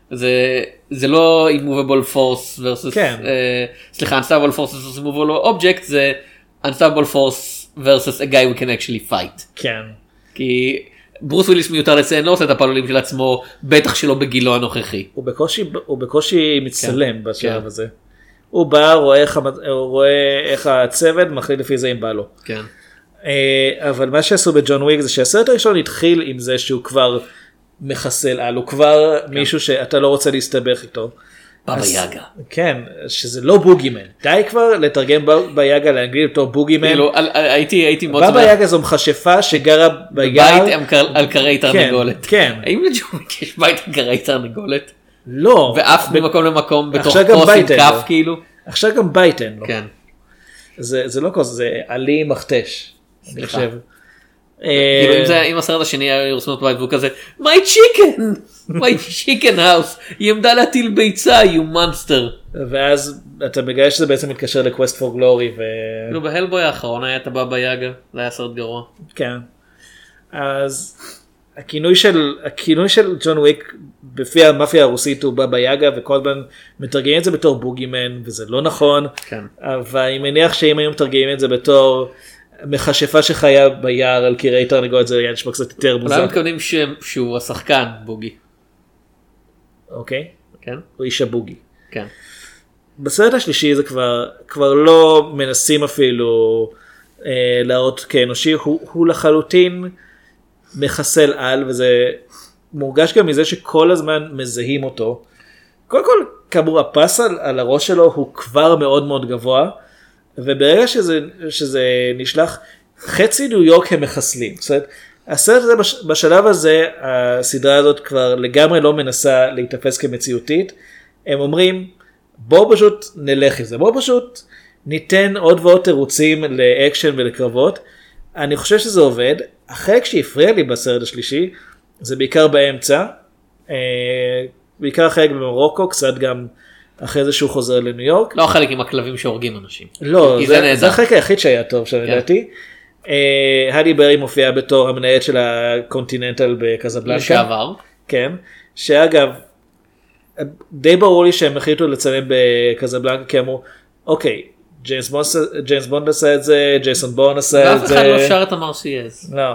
זה לא immovable force versus, כן. סליחה, unstoppable force versus immovable object, זה unstoppable force versus a guy we can actually fight. כן. כי ברוס וויליס מיותר לציין, לא עושה את הפעלולים של עצמו, בטח שלא בגילו הנוכחי. הוא בקושי מצטלם כן. בשלב כן. הזה. הוא בא, רואה איך הצוות, מחליט לפי זה אם בא לו. כן. אבל מה שעשו בג'ון וויק זה שהסרט הראשון התחיל עם זה שהוא כבר מחסל על, הוא כבר מישהו שאתה לא רוצה להסתבך איתו. בבא יאגה. כן, שזה לא בוגימן. די כבר לתרגם בבא יאגה לאנגלית אותו בוגימן. כאילו, הייתי מאוד בבא יאגה זו מכשפה שגרה ביער. בית על קרי תרנגולת. כן. האם לג'ון וויק יש בית על קרי תרנגולת? לא. ואף ממקום למקום בתוך עכשיו גם כוס עם בית אין כף לו. כאילו? עכשיו גם בית אין לו. כן. זה לא כוס, זה עלי מכתש. אני חושב. כאילו אם הסרט השני היה יורסמות בבית והוא כזה my chicken house היא עמדה להטיל ביצה you monster. ואז אתה מגלה שזה בעצם מתקשר לקווסט פור גלורי. כאילו בהלבוי האחרון היה את הבבא יאגה, זה היה סרט גרוע. כן. אז הכינוי של ג'ון וויק בפי המאפיה הרוסית הוא בבא יאגה, וכל הזמן מתרגמים את זה בתור בוגימן, וזה לא נכון. כן. אבל אני מניח שאם היו מתרגמים את זה בתור מכשפה שחיה ביער על קירי תרנגולת, זה היה נשמע קצת יותר מוזר. אולי מתכוונים שהוא השחקן בוגי. אוקיי. כן? הוא איש הבוגי. כן. בסרט השלישי זה כבר לא מנסים אפילו להראות כאנושי, הוא לחלוטין מחסל על, וזה מורגש גם מזה שכל הזמן מזהים אותו. קודם כל, כאמור, הפס על הראש שלו הוא כבר מאוד מאוד גבוה, וברגע שזה נשלח, חצי ניו יורק הם מחסלים. זאת אומרת, הסרט הזה, בשלב הזה, הסדרה הזאת כבר לגמרי לא מנסה להתאפס כמציאותית. הם אומרים, בואו פשוט נלך עם זה, בואו פשוט ניתן עוד ועוד תירוצים לאקשן ולקרבות. אני חושב שזה עובד. החלק שהפריע לי בסרט השלישי, זה בעיקר באמצע, בעיקר החלק במרוקו, קצת גם אחרי זה שהוא חוזר לניו יורק. לא החלק עם הכלבים שהורגים אנשים. לא, זה החלק היחיד שהיה טוב שם לדעתי. הלי ברי מופיעה בתור המנהלת של הקונטיננטל בקזבלנקה. לשעבר. כן, שאגב, די ברור לי שהם החליטו לצלם בקזבלנקה, כי אמרו, אוקיי, ג'יימס בונד עשה את זה, ג'ייסון בורן עשה את ואף זה. אחד לא שר את המרסייז. לא.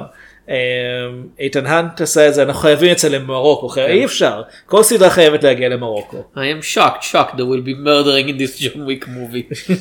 איתן האנט עשה את זה, אנחנו חייבים לצלם במרוקו, אי אפשר, כל סדרה חייבת להגיע למרוקו. I am shocked, there will be murdering in this John Wick movie.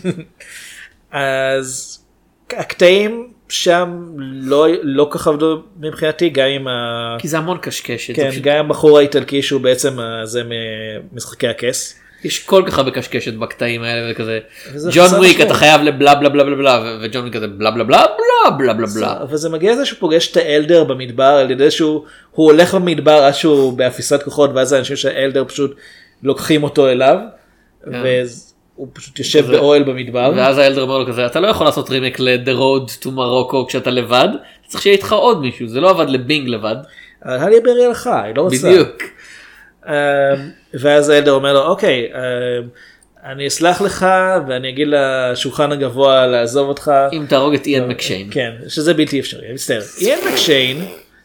אז הקטעים שם לא כך עבדו מבחינתי, גם עם כי זה המון קשקשת. כן, גם עם הבחור האיטלקי שהוא בעצם זה ממשחקי הכס. יש כל כך הרבה קשקשת בקטעים האלה וכזה. וזה ג'ון חסר וויק משמעות. אתה חייב לבלה בלה בלה בלה בלה וג'ון וויק כזה בלה בלה בלה בלה בלה בלה. אבל זה מגיע לזה שהוא פוגש את האלדר במדבר, על ידי שהוא הולך במדבר עד שהוא באפיסת כוחות, ואז האנשים שהאלדר פשוט לוקחים אותו אליו, והוא פשוט יושב באוהל במדבר. ואז האלדר אומר לו כזה, אתה לא יכול לעשות רימק ל-The Road to Morocco כשאתה לבד, צריך שיהיה איתך עוד מישהו, זה לא עבד לבינג לבד. הלי ברי הלכה, היא לא רוצה. בדיוק. ואז האלדר אומר לו, אוקיי, אני אסלח לך ואני אגיד לשולחן הגבוה לעזוב אותך. אם תהרוג את איאן מקשיין. כן, שזה בלתי אפשרי, אני מצטער. איאן מקשיין,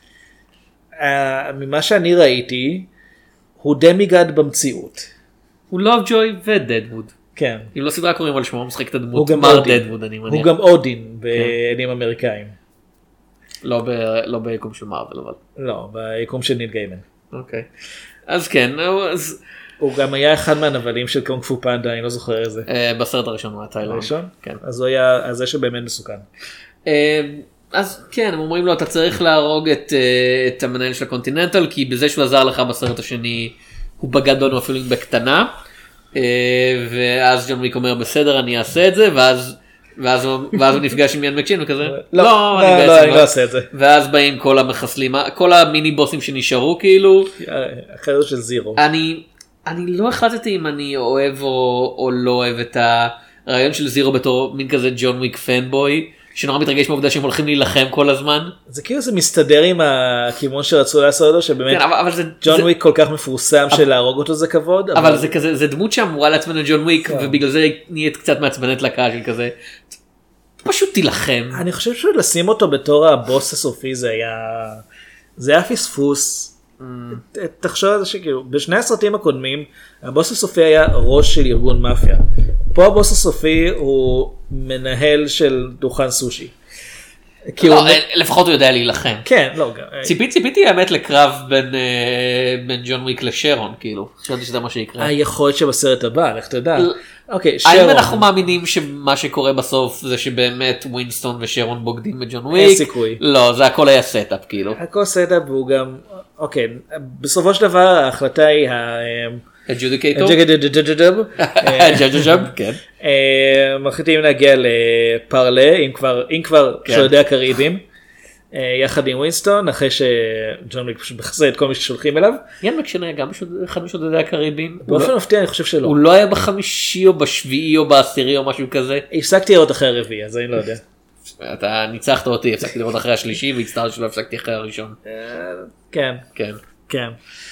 ממה שאני ראיתי, הוא דמיגד במציאות. הוא לובג'וי ודדווד. כן. אם לא סדרה קוראים על שמו, הוא משחק את הוא הדמות גם מר אודין. דדווד אני מניח. הוא גם אודין בעניינים אמריקאים. לא ביקום של מארוול אבל. לא, ביקום של ניל גיימן. אוקיי. אז כן, אז... הוא גם היה אחד מהנבלים של קונג פו פנדה, אני לא זוכר איזה. בסרט הראשון הוא היה תאילנד. הראשון? כן. אז הוא היה זה שבאמת מסוכן. אז כן, הם אומרים לו אתה צריך להרוג את המנהל של הקונטיננטל, כי בזה שהוא עזר לך בסרט השני הוא בגד בנו אפילו בקטנה, ואז ג'ון וויק אומר בסדר אני אעשה את זה, ואז הוא נפגש עם איאן מקשיין וכזה, לא, אני לא אעשה את זה. ואז באים כל המחסלים, כל המיני בוסים שנשארו כאילו, אחרי זה של זירו. אני לא החלטתי אם אני אוהב או לא אוהב את הרעיון של זירו בתור מין כזה ג'ון וויק פנבוי, שנורא מתרגש מהעובדה שהם הולכים להילחם כל הזמן. זה כאילו זה מסתדר עם הכיוון שרצו לעשות לו, שבאמת ג'ון וויק כל כך מפורסם של להרוג אותו זה כבוד. אבל זה כזה, זה דמות שאמורה לעצבן את ג'ון וויק, ובגלל זה נהיית קצת מעצבנת לקהל של כזה. פשוט תילחם. אני חושב שלשים אותו בתור הבוס הסופי זה היה פספוס. תחשוב על זה שכאילו בשני הסרטים הקודמים הבוס הסופי היה ראש של ארגון מאפיה. פה הבוס הסופי הוא מנהל של דוכן סושי. לא, לפחות הוא יודע להילחם. כן, לא. ציפיתי האמת לקרב בין ג'ון וויק לשרון, כאילו. חשבתי שזה מה שיקרה. יכול להיות שבסרט הבא, לך תדע. אוקיי, האם שרון. אנחנו מאמינים שמה שקורה בסוף זה שבאמת ווינסטון ושרון בוגדים בג'ון וויק? אין סיכוי. לא, זה הכל היה סטאפ, כאילו. הכל סטאפ והוא גם, אוקיי, בסופו של דבר ההחלטה היא אג'ודיקייטור? כן. מחליטים להגיע לפרלה, אם כבר שודדי הקריבים, יחד עם ווינסטון, אחרי שג'ון וויק פשוט מחסה את כל מי ששולחים אליו. יאן מקשן היה גם אחד משודדי הקריבים? באופן מפתיע אני חושב שלא. הוא לא היה בחמישי או בשביעי או בעשירי או משהו כזה? הפסקתי לראות אחרי הרביעי, אז אני לא יודע. אתה ניצחת אותי, הפסקתי לראות אחרי השלישי והצטער שלא הפסקתי אחרי הראשון. כן. כן. כן.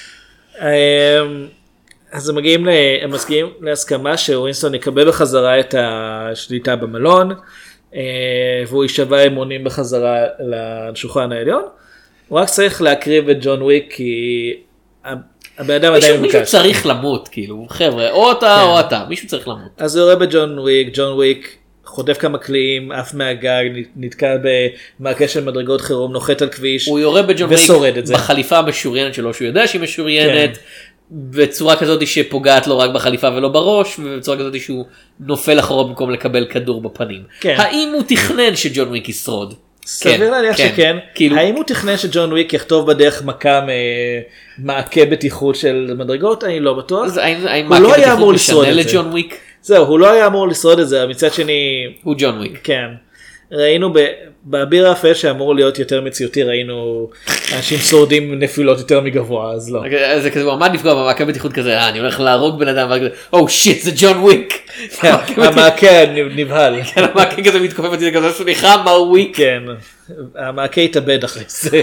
אז הם מסכימים להסכמה שווינסטון יקבל בחזרה את השליטה במלון, והוא יישבע אמונים בחזרה לשולחן העליון. הוא רק צריך להקריב את ג'ון וויק כי הבן אדם עדיין מבוקש. מישהו צריך למות, כאילו, חבר'ה, או אתה או אתה, מישהו צריך למות. אז הוא יורה בג'ון וויק, ג'ון וויק חוטף כמה קליעים, עף מהגג, נתקע במעקה של מדרגות חירום, נוחת על כביש, הוא יורה בג'ון ושורד את זה. וויק בחליפה המשוריינת שלו, שהוא יודע שהיא משוריינת, בצורה כזאת שפוגעת לו רק בחליפה ולא בראש, ובצורה כזאת שהוא נופל אחורה במקום לקבל כדור בפנים. כן. האם הוא תכנן שג'ון וויק ישרוד? סביר להניח שכן. כאילו... האם הוא תכנן שג'ון וויק יכתוב בדרך מכה מעקה בטיחות של מדרגות? אני לא בטוח. האם הוא לא היה מעקה אמור בטיחות לשרוד משנה את זה. לג'ון וויק? זהו, הוא לא היה אמור לשרוד את זה, מצד שני... הוא ג'ון וויק. כן. ראינו באביר האפל שאמור להיות יותר מציאותי, ראינו אנשים שורדים נפילות יותר מגבוה, אז לא. זה כזה, הוא עמד לפגוע במעקה בטיחות כזה, אני הולך להרוג בן אדם, או שיט, זה ג'ון וויק. המעקה נבהל. כן, המעקה כזה מתכופף אותי כזה, סליחה, מר וויק. כן, המעקה התאבד אחרי זה.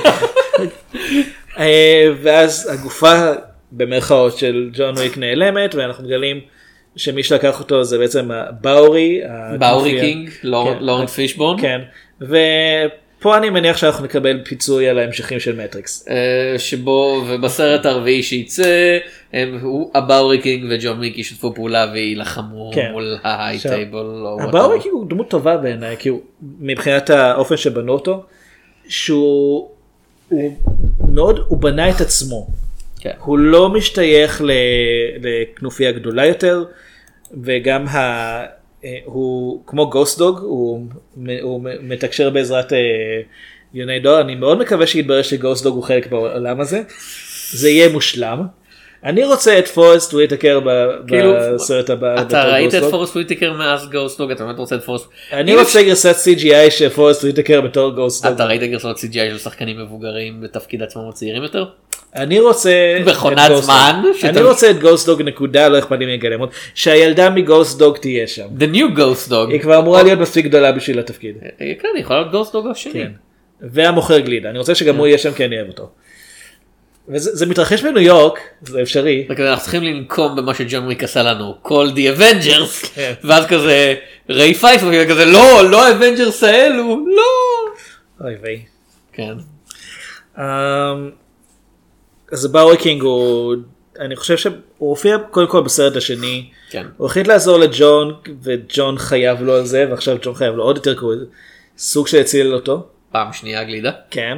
ואז הגופה במרכאות של ג'ון וויק נעלמת, ואנחנו מגלים שמי שלקח אותו זה בעצם באורי קינג, לורנס פישבורן. כן, ופה אני מניח שאנחנו נקבל פיצוי על ההמשכים של מטריקס. שבו, ובסרט הרביעי שייצא, הבאורי קינג וג'ון וויק ישתפו פעולה וילחמו מול ההייטייבל. הבאורי קינג הוא דמות טובה בעיניי, כי מבחינת האופן שבנו אותו, שהוא בנה את עצמו. הוא לא משתייך לכנופיה גדולה יותר, וגם הוא כמו גוסט דוג, הוא מתקשר בעזרת יוני דואר. אני מאוד מקווה שיתברר שגוסט דוג הוא חלק בעולם הזה, זה יהיה מושלם. אני רוצה את פורסט וויטקר בסרט הבא. אתה ראית את פורסט וויטקר מאז גוסט דוג? אתה באמת רוצה את פורסט? אני רוצה גרסת CGI של פורסט וויטקר בתור גוסט דוג. אתה ראית גרסות CGI של שחקנים מבוגרים בתפקיד עצמם או צעירים יותר? אני רוצה מכונת זמן, אני רוצה את גוסט דוג נקודה, לא אכפת לי מגלם עוד, שהילדה מגוסט דוג תהיה שם. The new ghost dog. היא כבר אמורה להיות מספיק גדולה בשביל התפקיד. כן, היא יכולה להיות גוסט דוג השני. והמוכר גלידה, אני רוצה שגם הוא יהיה שם כי אני אוהב אותו. וזה מתרחש בניו יורק, זה אפשרי. אנחנו צריכים לנקום במה שג'ון וויק עשה לנו, Call the Avengers, ואז כזה ריי פייס, וכזה לא האבנג'רס האלו, לא. אוי ויי. כן. אז באורי קינג הוא, אני חושב שהוא הופיע קודם כל בסרט השני, כן. הוא החליט לעזור לג'ון, וג'ון חייב לו על זה, ועכשיו ג'ון חייב לו עוד יותר קרוב, סוג שהציל אותו. פעם שנייה גלידה. כן.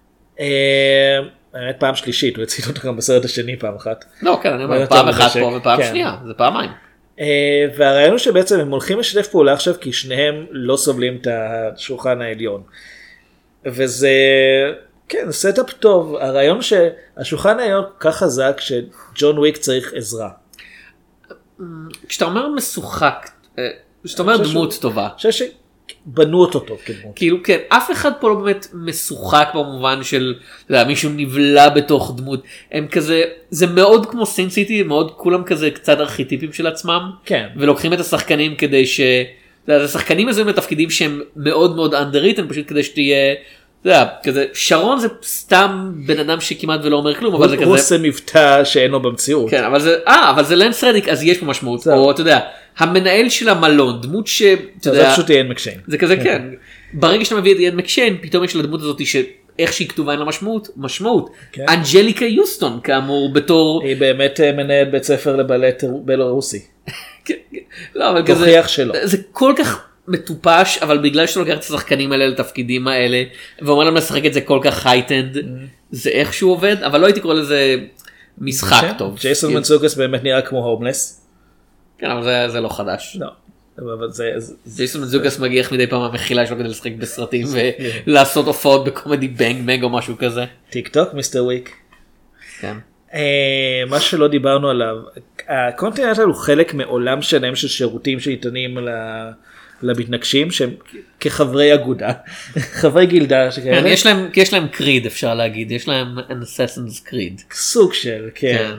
האמת פעם שלישית, הוא הציל אותו גם בסרט השני פעם אחת. לא, כן, אני אומר פעם אחת פה ופעם שנייה, זה פעמיים. והרעיון הוא שבעצם הם הולכים לשתף פעולה עכשיו, כי שניהם לא סובלים את השולחן העליון. וזה... כן, סטאפ טוב. הרעיון שהשולחן העליון כך חזק שג'ון וויק צריך עזרה. כשאתה אומר משוחק, כשאתה אומר דמות טובה. אני חושב שבנו אותו טוב כדמות. כאילו כן, אף אחד פה לא באמת משוחק במובן של מישהו נבלה בתוך דמות. הם כזה, זה מאוד כמו סין סיטי, מאוד כולם כזה קצת ארכיטיפים של עצמם. כן. ולוקחים את השחקנים כדי ש... השחקנים הזה מתפקידים שהם מאוד מאוד underwritten, פשוט כדי שתהיה, אתה יודע, כזה, שרון זה סתם בן אדם שכמעט ולא אומר כלום, אבל זה כזה... הוא עושה מבטא שאין לו במציאות. כן, אבל זה לנס רדיק, אז יש פה משמעות, או אתה יודע, המנהל של המלון, דמות ש... זה פשוט איין מקשיין. זה כזה, כן. ברגע שאתה מביא את איין מקשיין, פתאום יש לדמות הזאת שאיך שהיא כתובה אין לה משמעות. אנג'ליקה יוסטון, כאמור, בתור... היא באמת מנהלת בית ספר לבלט בלרוסי. לא, אבל כזה... תוכיח שלא. זה כל כך מטופש, אבל בגלל שאתה לוקח את השחקנים האלה לתפקידים האלה, ואומר להם לשחק את זה כל כך הייטנד, זה איכשהו עובד, אבל לא הייתי קורא לזה משחק טוב. ג'ייסון מנצוקס באמת נראה כמו הומלס. כן, אבל זה לא חדש. לא. אבל זה... ג'ייסון מנצוקס מגיע מדי פעם מהמחילה שלו כדי לשחק בסרטים, ולעשות הופעות בקומדי בנג בנג או משהו כזה. טיק טוק, מיסטר וויק. כן. מה שלא דיברנו עליו, הקונטיננטל הוא חלק מעולם שלם של שירותים שניתנים למתנגשים שהם כחברי אגודה, חברי גילדה שכאלה. יש להם קריד אפשר להגיד, יש להם an assassin's creed. סוג של, כן.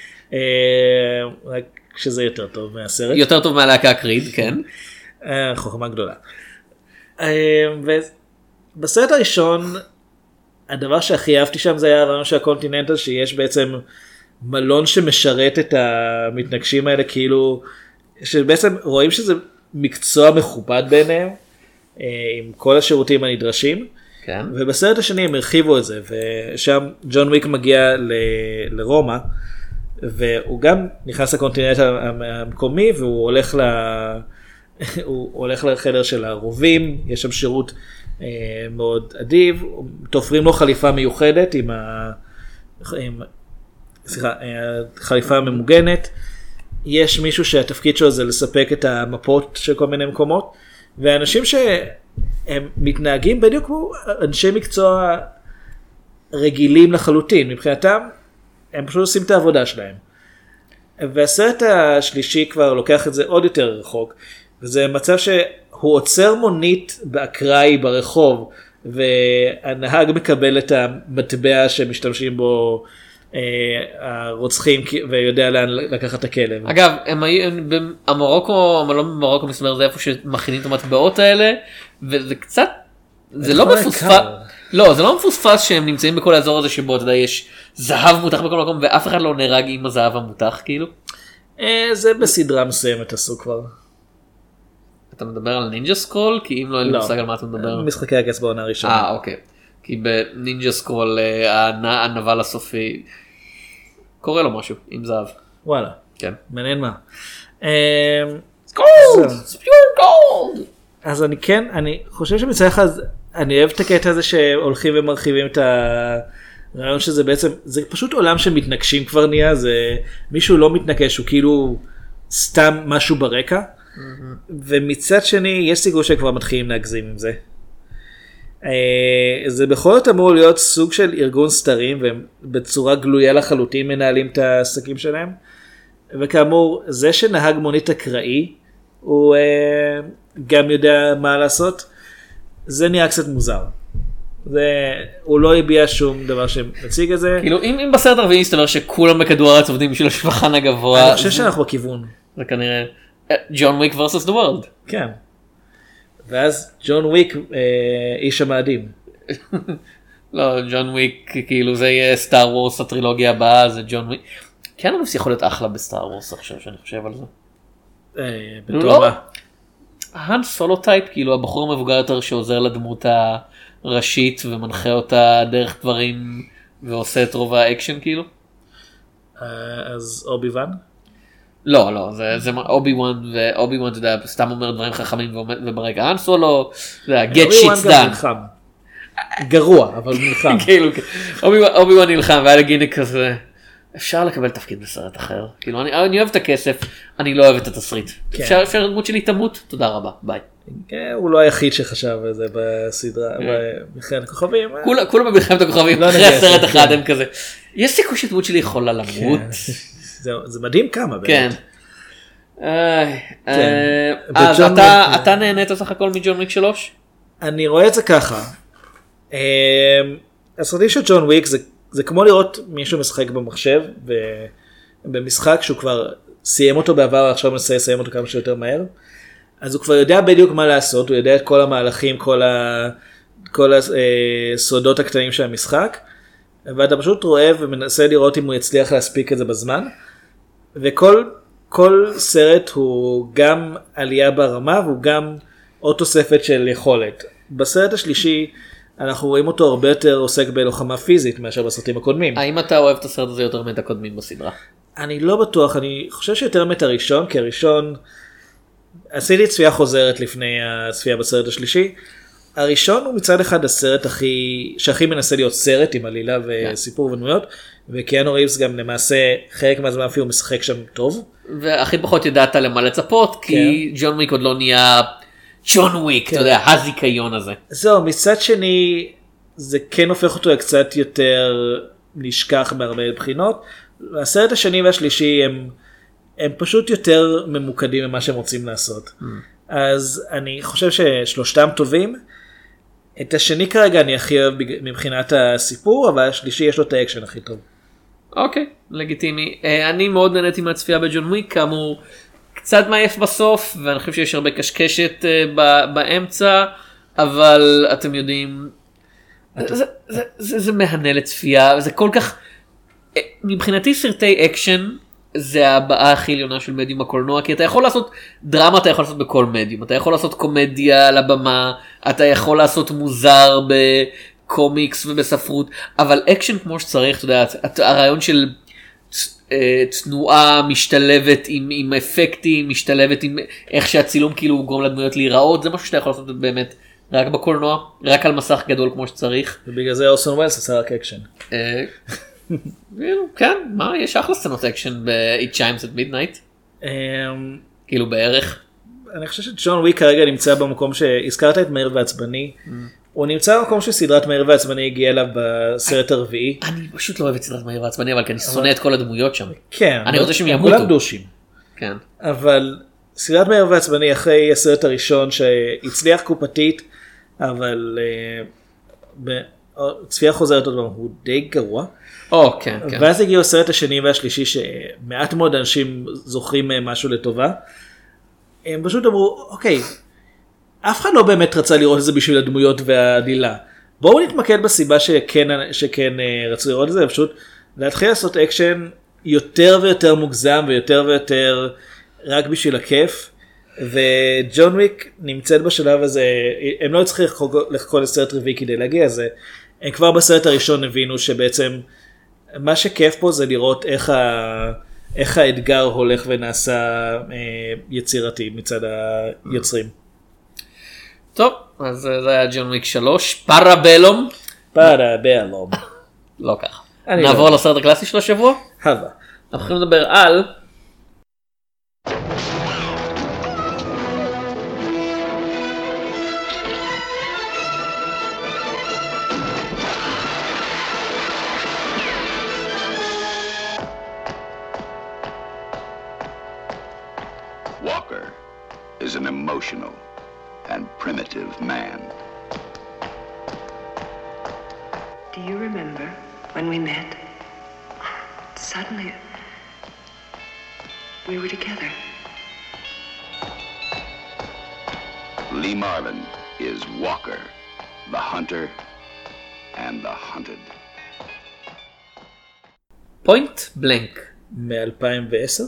רק שזה יותר טוב מהסרט. יותר טוב מהלהקה קריד, כן. חוכמה גדולה. ובסרט הראשון, הדבר שהכי אהבתי שם זה היה הרעיון של הקונטיננטל, שיש בעצם מלון שמשרת את המתנגשים האלה, כאילו, שבעצם רואים שזה מקצוע מכובד ביניהם, עם כל השירותים הנדרשים, כן. ובסרט השני הם הרחיבו את זה, ושם ג'ון וויק מגיע לרומא, והוא גם נכנס לקונטיננטל המקומי, והוא הולך לחדר של הרובים, יש שם שירות מאוד אדיב, תופרים לו חליפה מיוחדת חליפה ממוגנת, יש מישהו שהתפקיד שלו זה לספק את המפות של כל מיני מקומות, ואנשים שהם מתנהגים בדיוק כמו אנשי מקצוע רגילים לחלוטין, מבחינתם הם פשוט עושים את העבודה שלהם. והסרט השלישי כבר לוקח את זה עוד יותר רחוק, וזה מצב שהוא עוצר מונית באקראי ברחוב, והנהג מקבל את המטבע שמשתמשים בו הרוצחים, ויודע לאן לקחת את הכלב. אגב, הם היו במרוקו, המלון במרוקו מסתבר זה איפה שמכינים את המטבעות האלה, וזה קצת, זה לא מפוספס, לא, זה לא מפוספס שהם נמצאים בכל האזור הזה שבו, אתה יודע, יש זהב מותח בכל מקום, ואף אחד לא נהרג עם הזהב המותח, כאילו. זה בסדרה מסוימת עשו כבר. אתה מדבר על נינג'ה סקרול? כי אם לא, אין לי מושג על מה אתה מדבר. משחקי הכס בעונה הראשונה. אוקיי. כי בנינג'ה סקרול הנבל הסופי קורה לו משהו עם זהב. וואלה. כן. מעניין מה. גולד! ספיור גולד! אז אני חושב שמצד אחד, אני אוהב את הקטע הזה שהולכים ומרחיבים את הרעיון שזה בעצם, זה פשוט עולם שמתנגשים כבר נהיה, זה מישהו לא מתנגש, הוא כאילו סתם משהו ברקע, ומצד שני יש סיכוי שכבר מתחילים להגזים עם זה. זה בכל זאת אמור להיות סוג של ארגון סתרים, והם בצורה גלויה לחלוטין מנהלים את העסקים שלהם, וכאמור זה שנהג מונית אקראי הוא גם יודע מה לעשות, זה נראה קצת מוזר. הוא לא הביע שום דבר שמציג את זה. כאילו אם בסרט הרביעי יסתבר שכולם בכדור הארץ עובדים בשביל השולחן הגבוה, אני חושב שאנחנו בכיוון. זה כנראה ג'ון וויק versus the world. כן. ואז ג'ון וויק איש המאדים. לא, ג'ון וויק כאילו זה יהיה סטאר וורס הטרילוגיה הבאה, זה ג'ון וויק. כן, אני יכול להיות אחלה בסטאר וורס עכשיו שאני חושב על זה. בתור מה? ההאן סולו טייפ, כאילו הבחור המבוגר יותר שעוזר לדמות הראשית ומנחה אותה דרך דברים ועושה את רוב האקשן כאילו. אז אובי ואן? לא, זה אובי וואן, ואובי וואן, אתה יודע, סתם אומר דברים חכמים וברגע האן סולו, זה get shit's done. גרוע, אבל נלחם. כאילו, אובי וואן נלחם, והיה לגיני כזה, אפשר לקבל תפקיד בסרט אחר. כאילו, אני אוהב את הכסף, אני לא אוהב את התסריט. אפשר דמות שלי תמות, תודה רבה, ביי. הוא לא היחיד שחשב על זה בסדרה, במלחמת הכוכבים. כולם במלחמת הכוכבים, אחרי הסרט אחד הם כזה, יש סיכוי שדמות שלי יכולה למות. זה מדהים כמה באמת. אז אתה נהנית סך הכל מג'ון וויק 3? אני רואה את זה ככה. הסרטים של ג'ון וויק זה כמו לראות מישהו משחק במחשב, במשחק שהוא כבר סיים אותו בעבר, עכשיו מנסה לסיים אותו כמה שיותר מהר. אז הוא כבר יודע בדיוק מה לעשות, הוא יודע את כל המהלכים, כל הסודות הקטנים של המשחק, ואתה פשוט רואה ומנסה לראות אם הוא יצליח להספיק את זה בזמן, וכל סרט הוא גם עלייה ברמה, והוא גם עוד תוספת של יכולת. בסרט השלישי, אנחנו רואים אותו הרבה יותר עוסק בלוחמה פיזית מאשר בסרטים הקודמים. האם אתה אוהב את הסרט הזה יותר מאת הקודמים בסדרה? אני לא בטוח, אני חושב שיותר מאת הראשון, כי הראשון, עשיתי צפייה חוזרת לפני הצפייה בסרט השלישי. הראשון הוא מצד אחד הסרט שהכי מנסה להיות סרט עם עלילה וסיפור ודמויות, וקיאנו ריבס גם למעשה חלק מהזמן אפילו משחק שם טוב. והכי פחות ידעת למה לצפות, כי ג'ון וויק עוד לא נהיה ג'ון וויק, אתה יודע, הזיקיון הזה. זהו, מצד שני, זה כן הופך אותו קצת יותר נשכח בהרבה בחינות. הסרט השני והשלישי הם פשוט יותר ממוקדים ממה שהם רוצים לעשות. אז אני חושב ששלושתם טובים. את השני כרגע אני הכי אוהב מבחינת הסיפור, אבל השלישי יש לו את האקשן הכי טוב. אוקיי, לגיטימי. אני מאוד נהניתי מהצפייה בג'ון וויק, כאמור קצת מעייף בסוף, ואני חושב שיש הרבה קשקשת באמצע, אבל אתם יודעים, זה מהנה לצפייה, זה כל כך, מבחינתי סרטי אקשן, זה הבאה הכי עליונה של מדיום הקולנוע, כי אתה יכול לעשות דרמה, אתה יכול לעשות בכל מדיום, אתה יכול לעשות קומדיה על הבמה, אתה יכול לעשות מוזר בקומיקס ובספרות, אבל אקשן כמו שצריך, אתה יודע, הרעיון של תנועה משתלבת עם אפקטים, משתלבת עם איך שהצילום כאילו גורם לדמויות להיראות, זה משהו שאתה יכול לעשות באמת רק בקולנוע, רק על מסך גדול כמו שצריך. ובגלל זה אורסון ווילס עשה רק אקשן. כן, מה, יש אחלה סצנות אקשן ב-It Chimes at Midnight. כאילו בערך. אני חושב שג'ון וויק כרגע נמצא במקום שהזכרת את מהיר ועצבני. הוא נמצא במקום שסדרת מהיר ועצבני הגיעה אליו בסרט הרביעי. אני פשוט לא אוהב את סדרת מהיר ועצבני, אבל כי אני שונא את כל הדמויות שם. כן. אני רוצה שהם ימותו. כולם דושים. כן. אבל סדרת מהיר ועצבני אחרי הסרט הראשון שהצליח קופתית, אבל צפייה חוזרת עוד פעם, הוא די גרוע. כן, כן. ואז הגיעו הסרט השני והשלישי שמעט מאוד אנשים זוכרים משהו לטובה. הם פשוט אמרו, אוקיי, אף אחד לא באמת רצה לראות את זה בשביל הדמויות והעלילה. בואו נתמקד בסיבה שכן רצו לראות את זה, פשוט להתחיל לעשות אקשן יותר ויותר מוגזם ויותר ויותר רק בשביל הכיף. וג'ון וויק נמצאת בשלב הזה, הם לא צריכים לחכות לסרט רביעי כדי להגיע לזה. הם כבר בסרט הראשון הבינו שבעצם מה שכיף פה זה לראות איך האתגר הולך ונעשה יצירתי מצד היוצרים. טוב, אז זה היה ג'ון וויק 3, פאראבלום. פאראבלום. לא ככה. נעבור לסרט הקלאסי של השבוע? הווה. אנחנו יכולים לדבר על Walker is an emotional and primitive man. Do you remember when we met? Suddenly, we were together. Lee Marvin is Walker, the hunter and the hunted. פוינט בלנק. מ-2010?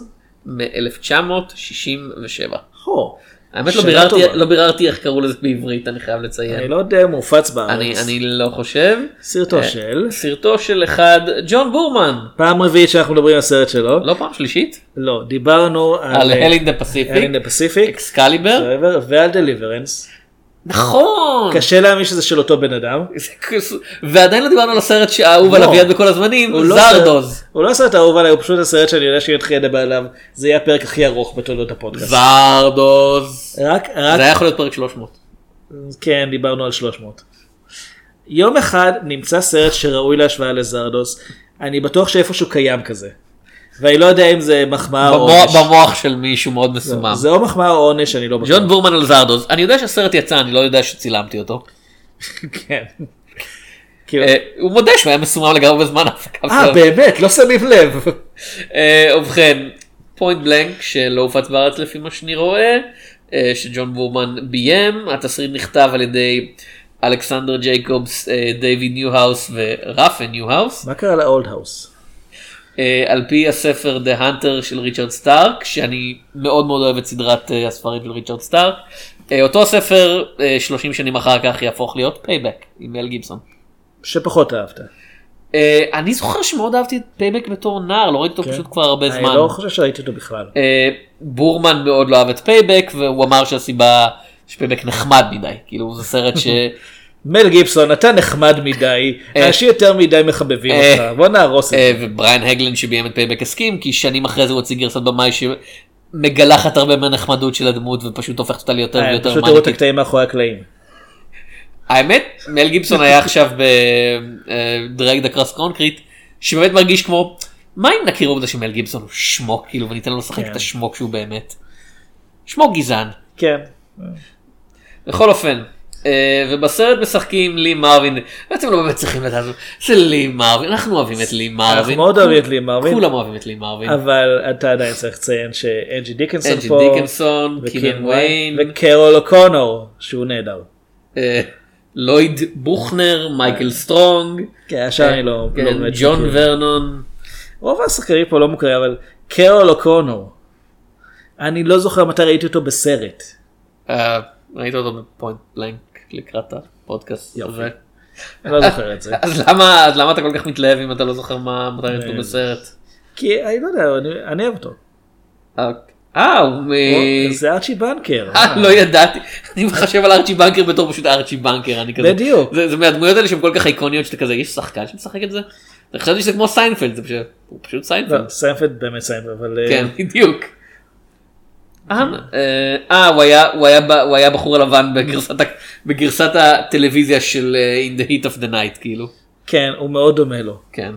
מ-1967. האמת לא ביררתי איך קראו לזה בעברית, אני חייב לציין. אני לא יודע, מופץ בארץ. אני לא חושב. סרטו של אחד, ג'ון בורמן. פעם רביעית שאנחנו מדברים על הסרט שלו. לא פעם שלישית? לא, דיברנו על Hell in the Pacific, אקסקליבר ועל דליברנס. נכון. קשה להאמין שזה של אותו בן אדם. ועדיין לא דיברנו על הסרט האהוב על אביעד בכל הזמנים, זרדוז. הוא לא הסרט האהוב עליי, הוא פשוט הסרט שאני יודע שאני אתחיל לדבר עליו, זה יהיה הפרק הכי ארוך בתולדות הפודקאסט. זרדוז. זה היה יכול להיות פרק 300. כן, דיברנו על 300. יום אחד נמצא סרט שראוי להשוואה לזרדוס, אני בטוח שאיפשהו קיים כזה. ואני לא יודע אם זה מחמאה או עונש. במוח של מישהו מאוד מסומם. זה או מחמאה או עונש, אני לא בטוח. ג'ון בורמן על זרדוס. אני יודע שהסרט יצא, אני לא יודע שצילמתי אותו. כן. הוא מודה שהוא היה מסומם לגמרי בזמן ההפקה. באמת, לא שמים לב. ובכן, פוינט בלנק, שלא הופץ בארץ לפי מה שאני רואה, שג'ון בורמן ביים. התסריט נכתב על ידי אלכסנדר ג'ייקובס, דיוויד ניוהאוס ורפה ניוהאוס. מה קרה לאולד האוס? על פי הספר The Hunter של ריצ'רד סטארק, שאני מאוד מאוד אוהב את סדרת הספרים של ריצ'רד סטארק. אותו הספר 30 שנים אחר כך יהפוך להיות פייבק עם מל גיבסון. שפחות אהבת. אני זוכר שמאוד אהבתי את פייבק בתור נער, לא ראיתי אותו פשוט כבר הרבה זמן. אני לא חושב שראיתי אותו בכלל. בורמן מאוד לא אהב את פייבק, והוא אמר שהסיבה שפייבק נחמד מדי, כאילו זה סרט ש... מל גיבסון, אתה נחמד מדי, אנשים יותר מדי מחבבים אותך, בוא נהרוס את זה. ובריין הגלן שביים את פייבק הסכים, כי שנים אחרי זה הוא הוציא גרסת במאי שמגלחת הרבה מהנחמדות של הדמות, ופשוט הופכת אותה ליותר ויותר פשוט תראו את הקטעים מאחורי הקלעים. האמת, מל גיבסון היה עכשיו בדרג דקרס קונקריט, שבאמת מרגיש כמו, מה אם נכיר עובדה שמל גיבסון הוא שמוק, כאילו, וניתן לו לשחק את השמוק שהוא באמת. שמוק גזען. כן. בכל אופן, ובסרט משחקים לי מרווין, בעצם לא באמת צריכים לדעת, זה לי מרווין, אנחנו אוהבים את לי מרווין. אנחנו מאוד אוהבים את לי מרווין. כולם אוהבים את לי מרווין. אבל אתה עדיין צריך לציין שאנג'י דיקנסון פה. אנג'י דיקנסון, קינן ויין. וקרול אוקונור, שהוא נהדר. לויד בוכנר, מייקל סטרונג. כן, השאר אני לא... ג'ון ורנון. רוב השחקנים פה לא מוכרים, אבל קרול אוקונור. אני לא זוכר מתי ראיתי אותו בסרט. ראית אותו בפוינט בלנק לקראת הפודקאסט הזה. אני לא זוכר את זה. אז למה אתה כל כך מתלהב אם אתה לא זוכר מתי ראית אותו בסרט? כי אני לא יודע, אני אוהב אותו. זה ארצ'י בנקר. לא ידעתי. אני מחשב על ארצ'י בנקר בתור פשוט ארצ'י בנקר. בדיוק. זה מהדמויות האלה שהן כל כך איקוניות שאתה כזה, יש שחקן שמשחק את זה? אני חשבתי שזה כמו סיינפלד, הוא פשוט סיינפלד. סיינפלד באמת סיינפלד, אבל... כן, בדיוק. הוא היה בחור הלבן בגרסת הטלוויזיה של In the Heat of the Night, כאילו. כן, הוא מאוד דומה לו. כן.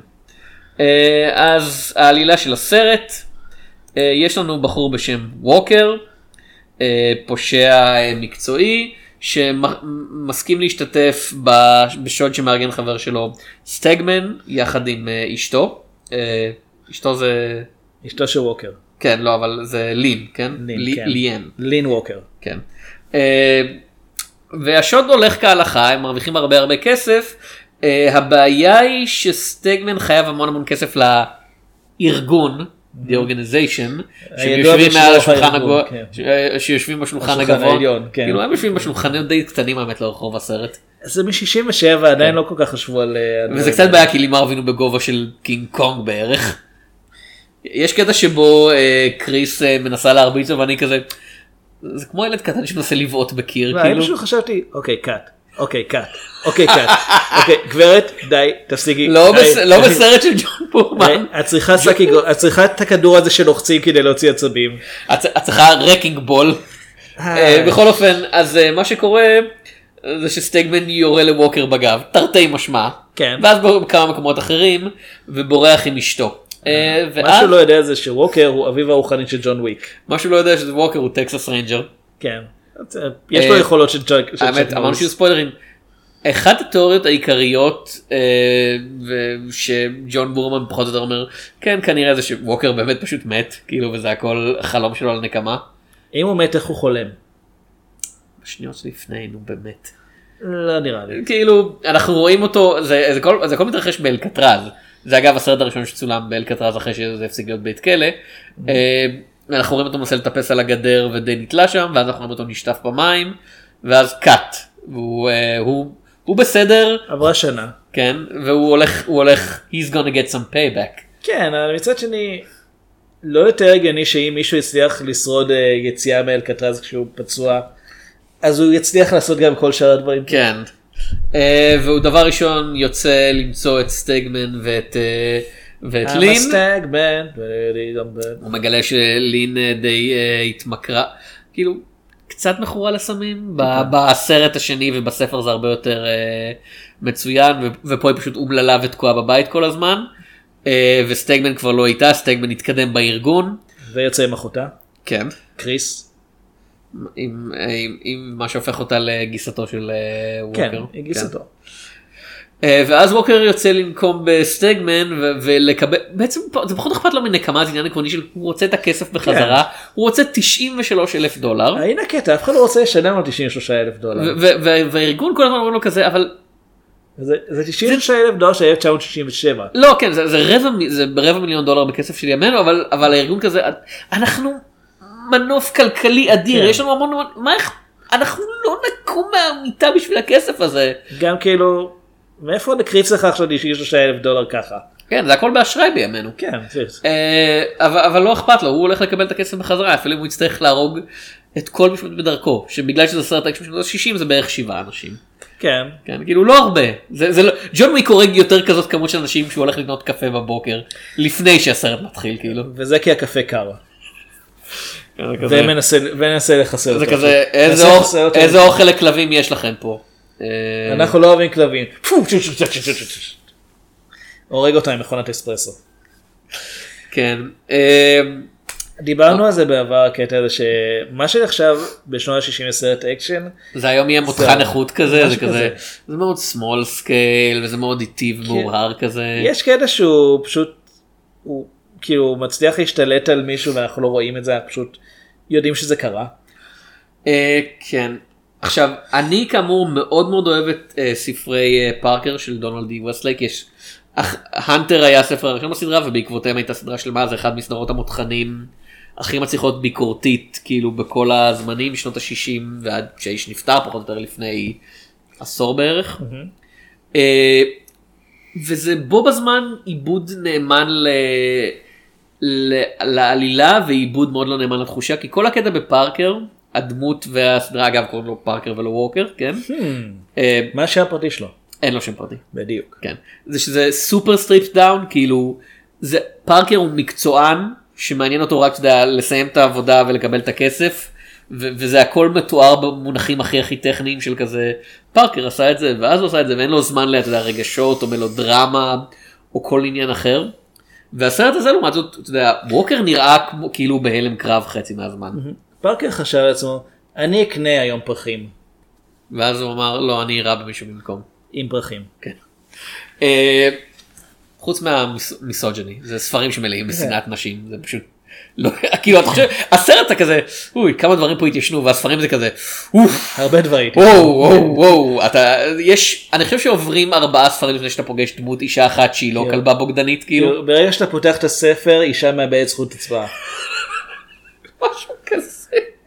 אז העלילה של הסרט, יש לנו בחור בשם ווקר, פושע מקצועי, שמסכים להשתתף בשוד שמארגן חבר שלו סטגמן, יחד עם אשתו. אשתו זה... אשתו של ווקר. כן, לא, אבל זה לין, כן? ליאן. לין ווקר. כן. והשוד הולך כהלכה, הם מרוויחים הרבה כסף. הבעיה היא שסטגמן חייב המון כסף לארגון, the organization, שיושבים מעל השולחן הגבוה, שיושבים בשולחן הגבוה. כאילו הם יושבים בשולחנים די קטנים האמת לרחוב הסרט. זה מ-67, עדיין לא כל כך חשבו על... וזה קצת בעיה כי לי מרווין הוא בגובה של קינג קונג בערך. יש קטע שבו קריס מנסה להרביץ ואני כזה, זה כמו ילד קטן שמנסה לבעוט בקיר. אני פשוט חשבתי, אוקיי, קאט, גברת, די, תפסיקי. לא בסרט של ג'ון בורמן. את צריכה את הכדור הזה שלוחצים כדי להוציא עצבים. את צריכה רקינג בול. בכל אופן, אז מה שקורה זה שסטגמן יורה לווקר בגב, תרתי משמע, ואז בכמה מקומות אחרים, ובורח עם אשתו. מה שהוא לא יודע זה שווקר הוא אביו הרוחני של ג'ון וויק. מה שהוא לא יודע שזה ווקר הוא טקסס ריינג'ר. כן, יש לו יכולות של צ'אק נוריס. האמת, אמרנו שיהיו ספוילרים. אחת התיאוריות העיקריות שג'ון בורמן פחות או יותר אומר, כן כנראה זה שווקר באמת פשוט מת, כאילו וזה הכל חלום שלו על נקמה. אם הוא מת איך הוא חולם? בשניות לפני, נו באמת. לא נראה לי. כאילו אנחנו רואים אותו, זה הכל מתרחש באלקטרז. זה אגב הסרט הראשון שצולם באלקטרז אחרי שזה הפסיק להיות בית כלא. אנחנו רואים אותו מנסה לטפס על הגדר ודי נתלה שם, ואז אנחנו רואים אותו נשטף במים, ואז קאט. הוא בסדר. עברה שנה. כן, והוא הולך, he's gonna get some payback. כן, אבל מצד שני, לא יותר הגיוני שאם מישהו יצליח לשרוד יציאה מאלקטרז כשהוא פצוע, אז הוא יצליח לעשות גם כל שאר הדברים. כן. והוא דבר ראשון יוצא למצוא את סטגמן ואת לין. הוא מגלה שלין די התמכרה, כאילו קצת מכורה לסמים. בסרט השני ובספר זה הרבה יותר מצוין, ופה היא פשוט אומללה ותקועה בבית כל הזמן. וסטגמן כבר לא איתה, סטגמן התקדם בארגון. ויוצא עם אחותה. כן. קריס. עם מה שהופך אותה לגיסתו של ווקר. כן, היא גיסתו. ואז ווקר יוצא לנקום בסטגמן ולקבל, בעצם זה פחות אכפת לו מנקמה, זה עניין עקרוני של הוא רוצה את הכסף בחזרה, הוא רוצה $93,000. הנה קטע, אף אחד לא רוצה לשלם לו $93,000. והארגון כל הזמן אומרים לו כזה, אבל... זה $93,000 של 1967. לא, כן, זה $250,000 בכסף של ימינו, אבל הארגון כזה, אנחנו מנוף כלכלי אדיר, יש לנו המון, אנחנו לא נקום מהמיטה בשביל הכסף הזה. גם כאילו, מאיפה נקריץ לך עכשיו $93,000 ככה? כן, זה הכל באשראי בימינו. כן, אבל לא אכפת לו, הוא הולך לקבל את הכסף בחזרה, אפילו אם הוא יצטרך להרוג את כל משפט בדרכו, שבגלל שזה סרט אקשן של 60 זה בערך 7 אנשים. כן. כן, כאילו לא הרבה. ג'ון וויק הורג יותר כזאת כמות של אנשים כשהוא הולך לקנות קפה בבוקר, לפני שהסרט מתחיל, כאילו. וזה כי הקפה קר. ומנסה לחסל אותו. זה כזה, איזה אוכל לכלבים יש לכם פה? אנחנו לא אוהבים כלבים. הורג אותה עם מכונת אספרסו. כן. דיברנו על זה בעבר, הקטע הזה שמה שנחשב בשנות ה-60 סרט אקשן. זה היום יהיה מותחן איכות כזה, זה כזה, זה מאוד small scale וזה מאוד איטי ומאוהר כזה. יש קטע שהוא פשוט, הוא כאילו מצליח להשתלט על מישהו ואנחנו לא רואים את זה, פשוט יודעים שזה קרה. כן. עכשיו, אני כאמור מאוד מאוד אוהב את ספרי פארקר של דונלד די וסטלייק, יש, הנטר היה הספר הראשון בסדרה ובעקבותיהם הייתה סדרה שלמה, זה אחד מסדרות המותחנים הכי מצליחות ביקורתית, כאילו בכל הזמנים, משנות ה-60 ועד שהאיש נפטר, פחות או יותר לפני עשור בערך. וזה בו בזמן עיבוד נאמן לעלילה ועיבוד מאוד לא נאמן לתחושה, כי כל הקטע בפארקר, הדמות והסדרה, אגב קוראים לו פארקר ולא ווקר, כן? מה השם הפרטי שלו? אין לו שם פרטי. בדיוק. כן. זה שזה סופר סטריפט דאון, כאילו, פארקר הוא מקצוען, שמעניין אותו רק לסיים את העבודה ולקבל את הכסף, וזה הכל מתואר במונחים הכי טכניים של כזה, פארקר עשה את זה, ואז הוא עשה את זה, ואין לו זמן רגשות או מלודרמה, או כל עניין אחר. והסרט הזה לעומת זאת, אתה יודע, ווקר נראה כאילו בהלם קרב חצי מהזמן. פארקר חשב לעצמו, אני אקנה היום פרחים. ואז הוא אמר, לא, אני אירה במישהו במקום. עם פרחים. כן. חוץ מהמיסוג'ני, זה ספרים שמלאים בשנאת נשים, זה פשוט, לא, כאילו, אתה חושב, הסרט כזה, אוי, כמה דברים פה התיישנו, והספרים זה כזה, הרבה דברים. וואו, אני חושב שעוברים 4 ספרים לפני שאתה פוגש דמות אישה אחת שהיא לא כלבה בוגדנית, כאילו. ברגע שאתה פותח את הספר, אישה מאבדת זכות הצבעה. משהו כזה.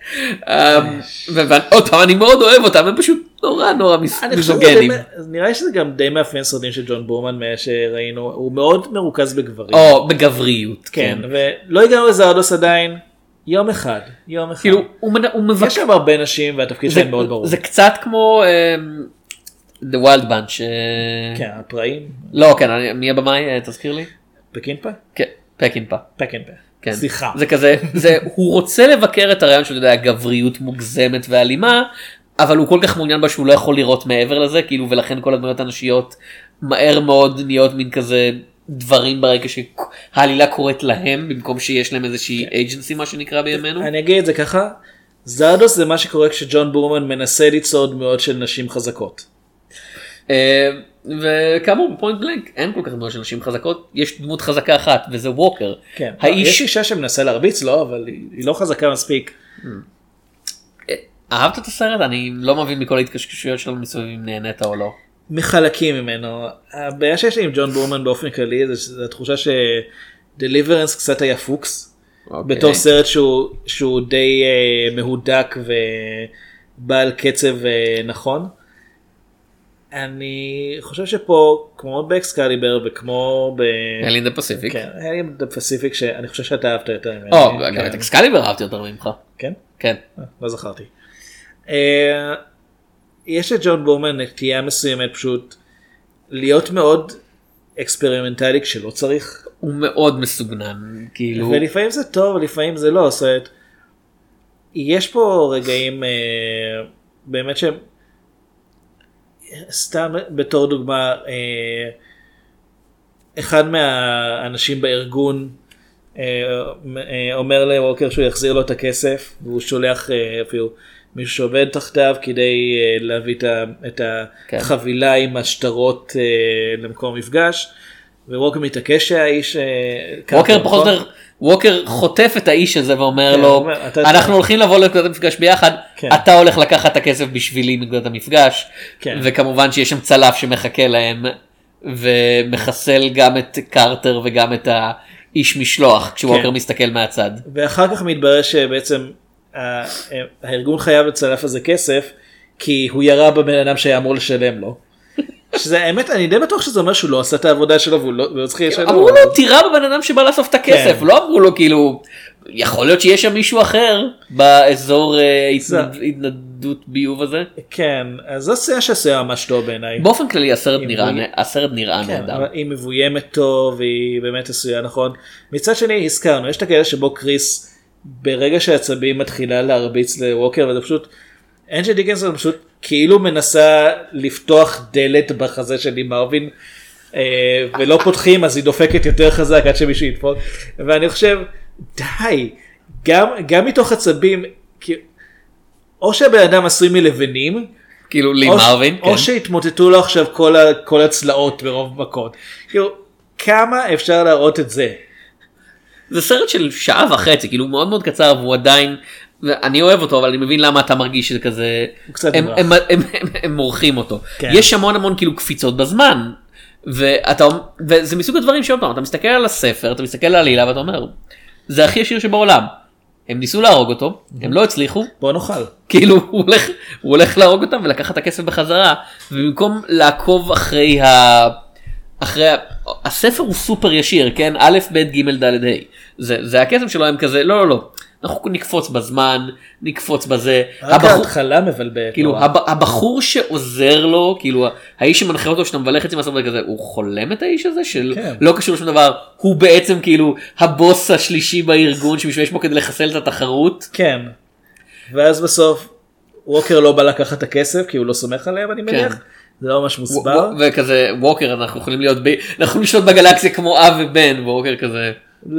ועוד פעם, אני מאוד אוהב אותם, הם פשוט נורא מיזוגנים. נראה לי שזה גם די מאפיין סרטים של ג'ון בורמן מה שראינו, הוא מאוד מרוכז בגברים. או בגבריות, כן. ולא הגענו לזרדוס עדיין, יום אחד. כאילו, הוא מבקש... יש שם הרבה נשים והתפקיד שלהם מאוד ברור. זה קצת כמו The Wild Bunch. כן, הפראים. לא, כן, מי הבמאי, תזכיר לי? פקינפה? כן, פקינפה. כן. סליחה. זה כזה, הוא רוצה לבקר את הרעיון של גבריות מוגזמת ואלימה, אבל הוא כל כך מעוניין בה שהוא לא יכול לראות מעבר לזה, כאילו, ולכן כל הדמויות הנשיות מהר מאוד נהיות מין כזה דברים ברקע שהעלילה קורית להם, במקום שיש להם איזושהי agency מה שנקרא בימינו. אני אגיד את זה ככה, זרדוס זה מה שקורה כשג'ון בורמן מנסה ליצור דמויות של נשים חזקות. וכאמור בפוינט בלנק אין כל כך דמות של נשים חזקות, יש דמות חזקה אחת וזה ווקר. כן, יש אישה שמנסה להרביץ לו אבל היא לא חזקה מספיק. אהבת את הסרט? אני לא מבין מכל ההתקשקשויות שלנו מסביב אם נהנית או לא. מחלקים ממנו. הבעיה שיש לי עם ג'ון בורמן באופן כללי זה התחושה שדליברנס קצת היה פוקס בתור סרט שהוא די מהודק ובעל קצב נכון. אני חושב שפה, כמו באקסקליבר וכמו אלין דה פסיפיק. כן, אלין דה פסיפיק שאני חושב שאתה אהבת יותר ממני. גם את אקסקליבר אהבתי יותר ממך. כן? כן. לא זכרתי. יש לג'ון בורמן נטייה מסוימת פשוט להיות מאוד אקספרימנטלי כשלא צריך. הוא מאוד מסוגנן, כאילו. ולפעמים זה טוב ולפעמים זה לא. זאת אומרת, יש פה רגעים באמת שהם סתם בתור דוגמה, אחד מהאנשים בארגון אומר לווקר שהוא יחזיר לו את הכסף, והוא שולח אפילו מישהו שעובד תחתיו כדי להביא את החבילה עם השטרות למקום מפגש, וווקר מתעקש שהאיש... ווקר פחות או יותר, ווקר חוטף את האיש הזה ואומר לו, אנחנו הולכים לבוא לנקודת המפגש ביחד, אתה הולך לקחת את הכסף בשבילי מנקודת המפגש, וכמובן שיש שם צלף שמחכה להם, ומחסל גם את קרטר וגם את האיש משלוח, כשווקר מסתכל מהצד. ואחר כך מתברר שבעצם הארגון חייב לצלף הזה כסף, כי הוא ירה בבן אדם שהיה אמור לשלם לו. שזה האמת, אני די בטוח שזה אומר שהוא לא עשה את העבודה שלו והוא לא צריך לשלם. אמרו לו תירה בבן אדם שבא לאסוף את הכסף, לא אמרו לו כאילו, יכול להיות שיש שם מישהו אחר באזור התנדות ביוב הזה. כן, אז זו סצנה שעושה ממש טוב בעיניי. באופן כללי הסרט נראה נהדר. היא מבוימת טוב והיא באמת עשויה נכון. מצד שני הזכרנו, יש את הכאלה שבו קריס ברגע שהעצבים מתחילה להרביץ לווקר, וזה פשוט, אנג'י דיקנסון פשוט כאילו מנסה לפתוח דלת בחזה של לי מרווין, ולא פותחים, אז היא דופקת יותר חזק עד שמישהו ידפוק. ואני חושב, די, גם מתוך עצבים, או שהבן אדם עשוי מלבנים, כאילו לי מרווין, או שהתמוטטו לו עכשיו כל הצלעות ברוב מכות. כאילו, כמה אפשר להראות את זה? זה סרט של שעה וחצי, כאילו מאוד מאוד קצר, והוא עדיין, אני אוהב אותו, אבל אני מבין למה אתה מרגיש שזה כזה, הם מורחים אותו. יש המון כאילו קפיצות בזמן, וזה מסוג הדברים שאתה מסתכל על הספר, אתה מסתכל על העלילה, ואתה אומר, זה הכי עשיר שבעולם. הם ניסו להרוג אותו, הם לא הצליחו. בוא נאכל. כאילו הוא הולך להרוג אותם ולקחת את הכסף בחזרה, ובמקום לעקוב אחרי הספר הוא סופר ישיר, כן? א', ב', ג', ד', ה'. זה הכסף שלו, הם כזה, לא. אנחנו נקפוץ בזמן, נקפוץ בזה. רק ההתחלה מבלבלת. כאילו, הבחור שעוזר לו, כאילו, האיש שמנחה אותו, שאתה מבלך את זה מהסרט כזה, הוא חולם את האיש הזה, שלא קשור לשום דבר, הוא בעצם כאילו הבוס השלישי בארגון, שמשתמש בו כדי לחסל את התחרות. כן. ואז בסוף, ווקר לא בא לקחת את הכסף, כי הוא לא סומך עליהם, אני מניח. זה לא ממש מוסבר. וכזה, ווקר, אנחנו יכולים להיות, אנחנו לשלוט בגלקסיה כמו אב ובן, ווקר כזה.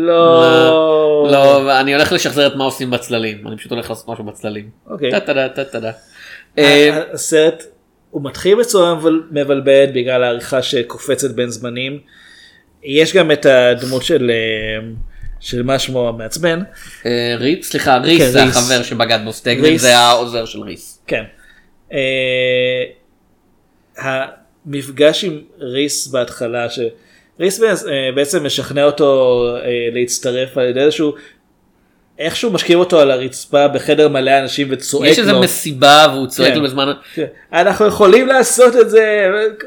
לא, אני הולך לשחזר את מה עושים בצללים, אני פשוט הולך לעשות משהו בצללים. טה-טה-טה-טה-טה. הסרט, הוא מתחיל בצורה מבלבלת בגלל העריכה שקופצת בין זמנים. יש גם את הדמות של מה שמו המעצבן. ריס, סליחה, ריס זה החבר שבגד בו סטגמן, זה העוזר של ריס. כן. המפגש עם ריס בהתחלה, ריס בעצם משכנע אותו להצטרף על ידי איכשהו משקיעים אותו על הרצפה בחדר מלא אנשים וצועק לו. יש איזה מסיבה והוא צועק לו בזמן. אנחנו יכולים לעשות את זה,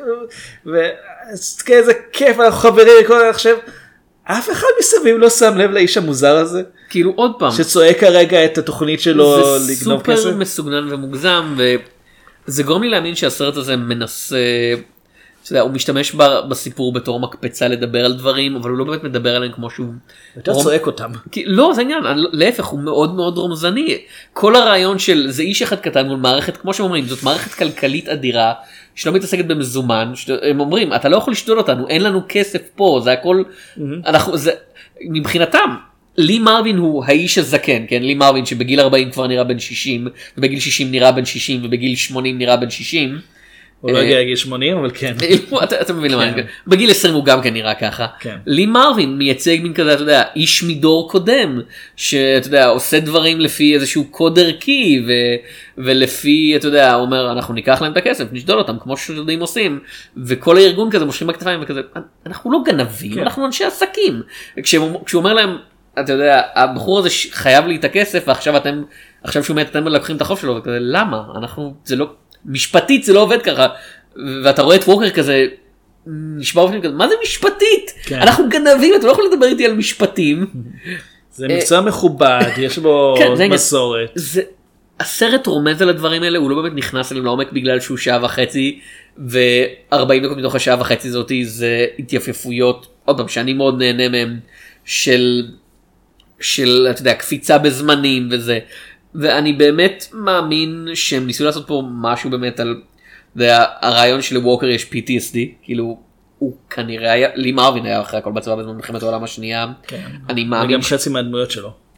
ואיזה כיף, אנחנו חברים, עכשיו, אף אחד מסביב לא שם לב לאיש המוזר הזה. כאילו עוד פעם. שצועק הרגע את התוכנית שלו לגנוב כסף. זה סופר מסוגנן ומוגזם, וזה גורם לי להאמין שהסרט הזה מנסה, הוא משתמש בסיפור בתור מקפצה לדבר על דברים, אבל הוא לא באמת מדבר עליהם כמו שהוא... יותר צועק אותם. לא, זה עניין, להפך, הוא מאוד מאוד רומזני. כל הרעיון של זה איש אחד קטן מול מערכת, כמו שאומרים, זאת מערכת כלכלית אדירה, שלא מתעסקת במזומן, הם אומרים, אתה לא יכול לשתול אותנו, אין לנו כסף פה, זה הכל, מבחינתם, לי מרווין הוא האיש הזקן, כן? לי מרווין שבגיל 40 כבר נראה בן 60, ובגיל 60 נראה בן 60, ובגיל 80 נראה בן 60, הוא לא הגיע לגיל 80, אבל כן. אתה מבין למה, בגיל 20 הוא גם כן נראה ככה. לי מרווין מייצג מין כזה, אתה יודע, איש מדור קודם, שאתה יודע, עושה דברים לפי איזשהו קוד ערכי, ולפי, אתה יודע, הוא אומר, אנחנו ניקח להם את הכסף, נשדול אותם, כמו שיודעים עושים, וכל הארגון כזה מושכים בכתפיים, וכזה, אנחנו לא גנבים, אנחנו אנשי עסקים. כשהוא אומר להם, אתה יודע, הבחור הזה חייב לי את הכסף, ועכשיו שהוא מת, אתם לקחים את החוב שלו, וכזה, למה? זה לא... משפטית זה לא עובד ככה, ואתה רואה את ווקר כזה, נשמע בפנים כזה, מה זה משפטית? אנחנו גנבים, אתה לא יכול לדבר איתי על משפטים. זה מקצוע מכובד, יש בו מסורת. הסרט רומז על הדברים האלה, הוא לא באמת נכנס אליהם לעומק בגלל שהוא שעה וחצי, ו40 דקות מתוך השעה וחצי הזאת זה התייפפויות, עוד פעם, שאני מאוד נהנה מהם, של, אתה יודע, קפיצה בזמנים וזה. ואני באמת מאמין שהם ניסו לעשות פה משהו באמת על הרעיון שלווקר יש PTSD, כאילו הוא כנראה היה, לי מרווין היה אחרי הכל בצבא בזמן מלחמת העולם השנייה, אני מאמין. וגם חצי מהדמויות שלו.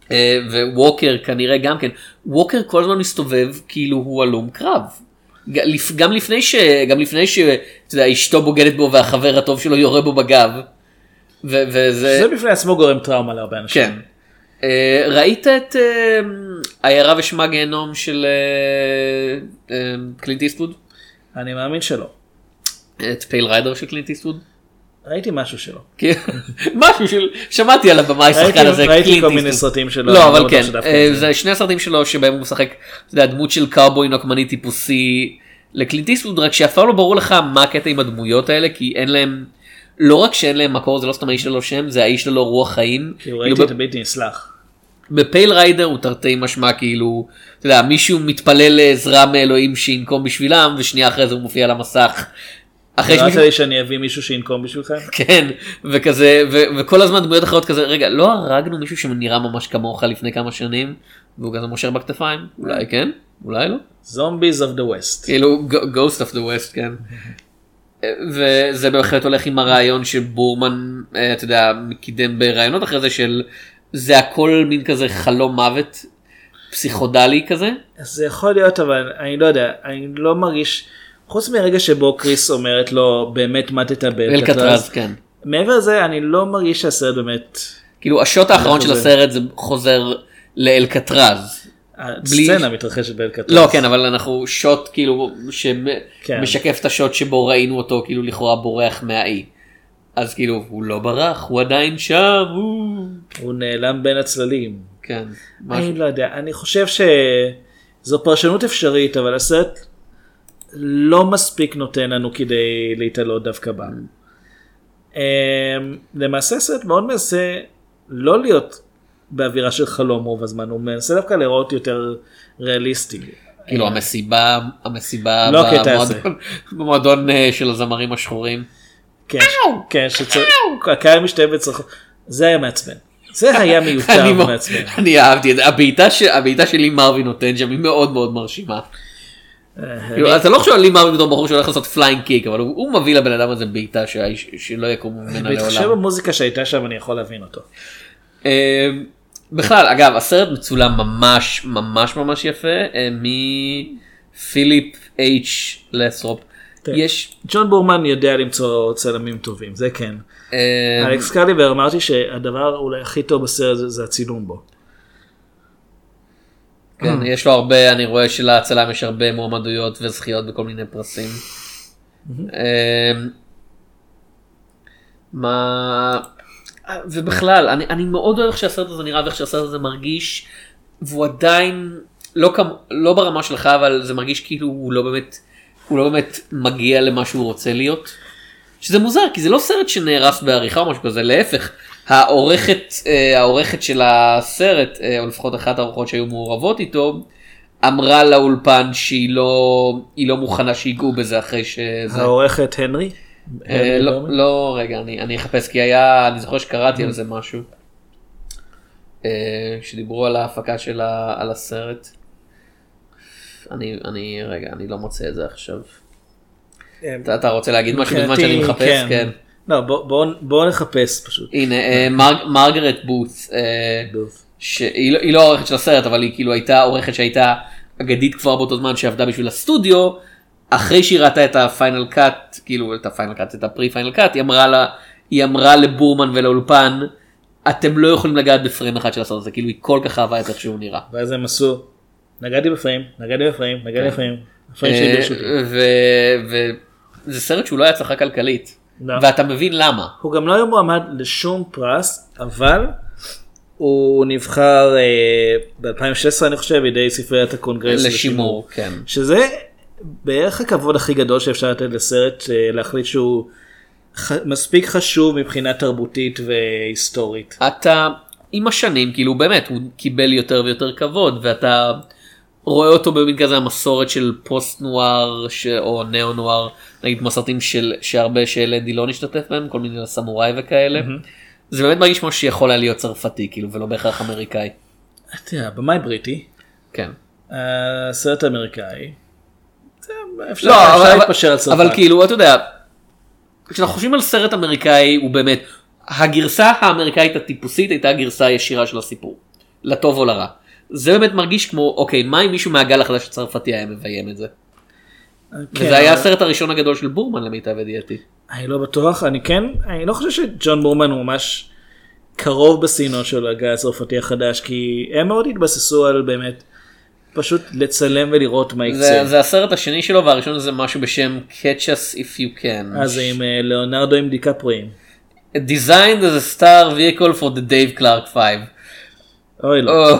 וווקר כנראה גם כן, ווקר כל הזמן מסתובב כאילו הוא הלום קרב. גם לפני שאשתו בוגדת בו והחבר הטוב שלו יורה בו בגב. זה בפני עצמו גורם טראומה להרבה אנשים. כן. ראית את העיירה ושמה גיהנום של קלינט איסטווד? אני מאמין שלא. את פייל ריידר של קלינט איסטווד? ראיתי משהו שלו. משהו שמעתי על הבמה השחקן הזה. ראיתי כל מיני סרטים שלו. לא, אבל כן, זה שני הסרטים שלו שבהם הוא משחק, זה הדמות של קאובוי נוקמני טיפוסי לקלינט איסטווד, רק שאף לא ברור לך מה הקטע עם הדמויות האלה, כי אין להם, לא רק שאין להם מקור, זה לא סתם האיש ללא שם, זה האיש ללא רוח חיים. כאילו ראיתי את הבלתי נסלח. בפייל ריידר הוא תרתי משמע כאילו, אתה יודע, מישהו מתפלל לעזרה מאלוהים שינקום בשבילם, ושנייה אחרי זה הוא מופיע על המסך. אמרת לי שאני אביא מישהו שינקום בשבילכם? כן, וכזה, וכל הזמן דמויות אחרות כזה, רגע, לא הרגנו מישהו שנראה ממש כמוך לפני כמה שנים, והוא כזה מושר בכתפיים? אולי כן, אולי לא. Zombies of the West. כאילו, Ghost of the West, כן. וזה בהחלט הולך עם הרעיון שבורמן, אתה יודע, קידם ברעיונות אחרי זה של, זה הכל מין כזה חלום מוות פסיכודלי כזה. אז זה יכול להיות, אבל אני לא יודע, אני לא מרגיש, חוץ מהרגע שבו קריס אומרת לו, באמת מתת באלקטרז, כן. מעבר לזה, אני לא מרגיש שהסרט באמת... כאילו, השוט האחרון של הסרט זה חוזר לאלקטרז. הסצנה מתרחשת באלקטרז. לא, כן, אבל אנחנו שוט כאילו, שמשקף את השוט שבו ראינו אותו, כאילו לכאורה בורח מהאי. אז כאילו, הוא לא ברח, הוא עדיין שם, הוא נעלם בין הצללים. כן. אני לא יודע, אני חושב שזו פרשנות אפשרית, אבל הסרט לא מספיק נותן לנו כדי להתעלות דווקא בה. למעשה הסרט מאוד מנסה לא להיות באווירה של חלום רוב הזמן, הוא מנסה דווקא לראות יותר ריאליסטי. כאילו המסיבה לא קטע הזה. במועדון של הזמרים השחורים. כן, הקהל משתהה בצרחות, זה היה מעצבן. זה היה מיותר מעצבן. אני אהבתי את זה, הבעיטה שלי מרווין נותן שם היא מאוד מאוד מרשימה. אתה לא חושב על לי מרווין בתור בחור שהולך לעשות פליינג קיק, אבל הוא מביא לבן אדם הזה בעיטה שלא יקום ממנה לעולם. בהתחשב במוזיקה שהייתה שם אני יכול להבין אותו. בכלל, אגב, הסרט מצולם ממש ממש ממש יפה מפיליפ אייץ' לסרופ. ג'ון בורמן יודע למצוא צלמים טובים, זה כן. אלכס קליבר אמרתי שהדבר אולי הכי טוב בסרט זה הצילום בו. כן, יש לו הרבה, אני רואה שלצלם יש הרבה מועמדויות וזכיות בכל מיני פרסים. ובכלל, אני מאוד אוהב שהסרט הזה נראה ואיך שהסרט הזה מרגיש, והוא עדיין לא ברמה שלך, אבל זה מרגיש כאילו הוא לא באמת מגיע למה שהוא רוצה להיות. שזה מוזר, כי זה לא סרט שנהרס בעריכה או משהו כזה, להפך. העורכת של הסרט, או לפחות אחת העורכות שהיו מעורבות איתו, אמרה לאולפן שהיא לא מוכנה שיגעו בזה אחרי שזה... העורכת הנרי? לא, רגע, אני אחפש, כי היה, אני זוכר שקראתי על זה משהו. שדיברו על ההפקה שלה, על הסרט. רגע, אני לא מוצא את זה עכשיו. אתה רוצה להגיד משהו בזמן שאני מחפש? כן. לא, בואו נחפש פשוט. הנה, מרגרט בוץ, שהיא לא העורכת של הסרט, אבל היא כאילו הייתה עורכת שהייתה אגדית כבר באותו זמן שעבדה בשביל הסטודיו, אחרי שהיא ראתה את הפיינל קאט, כאילו את הפרי פיינל קאט, היא אמרה לבורמן ולאולפן, אתם לא יכולים לגעת בפריים אחד של הסרט הזה, כאילו היא כל כך אהבה את איך שהוא נראה. ואז הם עשו, נגעתי בפריים, וזה סרט שהוא לא היה הצלחה כלכלית. ואתה מבין למה. הוא גם לא היה מועמד לשום פרס, אבל הוא נבחר ב-2016 אני חושב בידי ספריית הקונגרס לשימור, כן. שזה בערך הכבוד הכי גדול שאפשר לתת לסרט, להחליט שהוא מספיק חשוב מבחינה תרבותית והיסטורית. אתה עם השנים כאילו באמת הוא קיבל יותר ויותר כבוד, ואתה רואה אותו במין כזה המסורת של פוסט נואר או נאו נואר, נגיד כמו סרטים שהרבה של דילון השתתף בהם, כל מיני סמוראי וכאלה. זה באמת מרגיש כמו שיכול היה להיות צרפתי כאילו, ולא בהכרח אמריקאי. אתה יודע, במאי בריטי. כן. סרט אמריקאי. אפשר להתפשר על צרפת. אבל כאילו, אתה יודע, כשאנחנו חושבים על סרט אמריקאי, הוא באמת, הגרסה האמריקאית הטיפוסית הייתה הגרסה הישירה של הסיפור. לטוב או לרע. זה באמת מרגיש כמו, אוקיי, מה אם מישהו מהגל החדש הצרפתי היה מביים את זה? וזה היה הסרט הראשון הגדול של בורמן למיטב ידיעתי. אני לא בטוח, אני לא חושב שג'ון בורמן הוא ממש קרוב בסגנון של הגל הצרפתי החדש, כי הם מאוד התבססו על באמת פשוט לצלם ולראות מה יקצה. זה הסרט השני שלו, והראשון זה משהו בשם Catch Us If You Can. אז עם ליאונרדו עם דיקפריין. Designed as a star vehicle for the Dave Clark 5. אוי לא.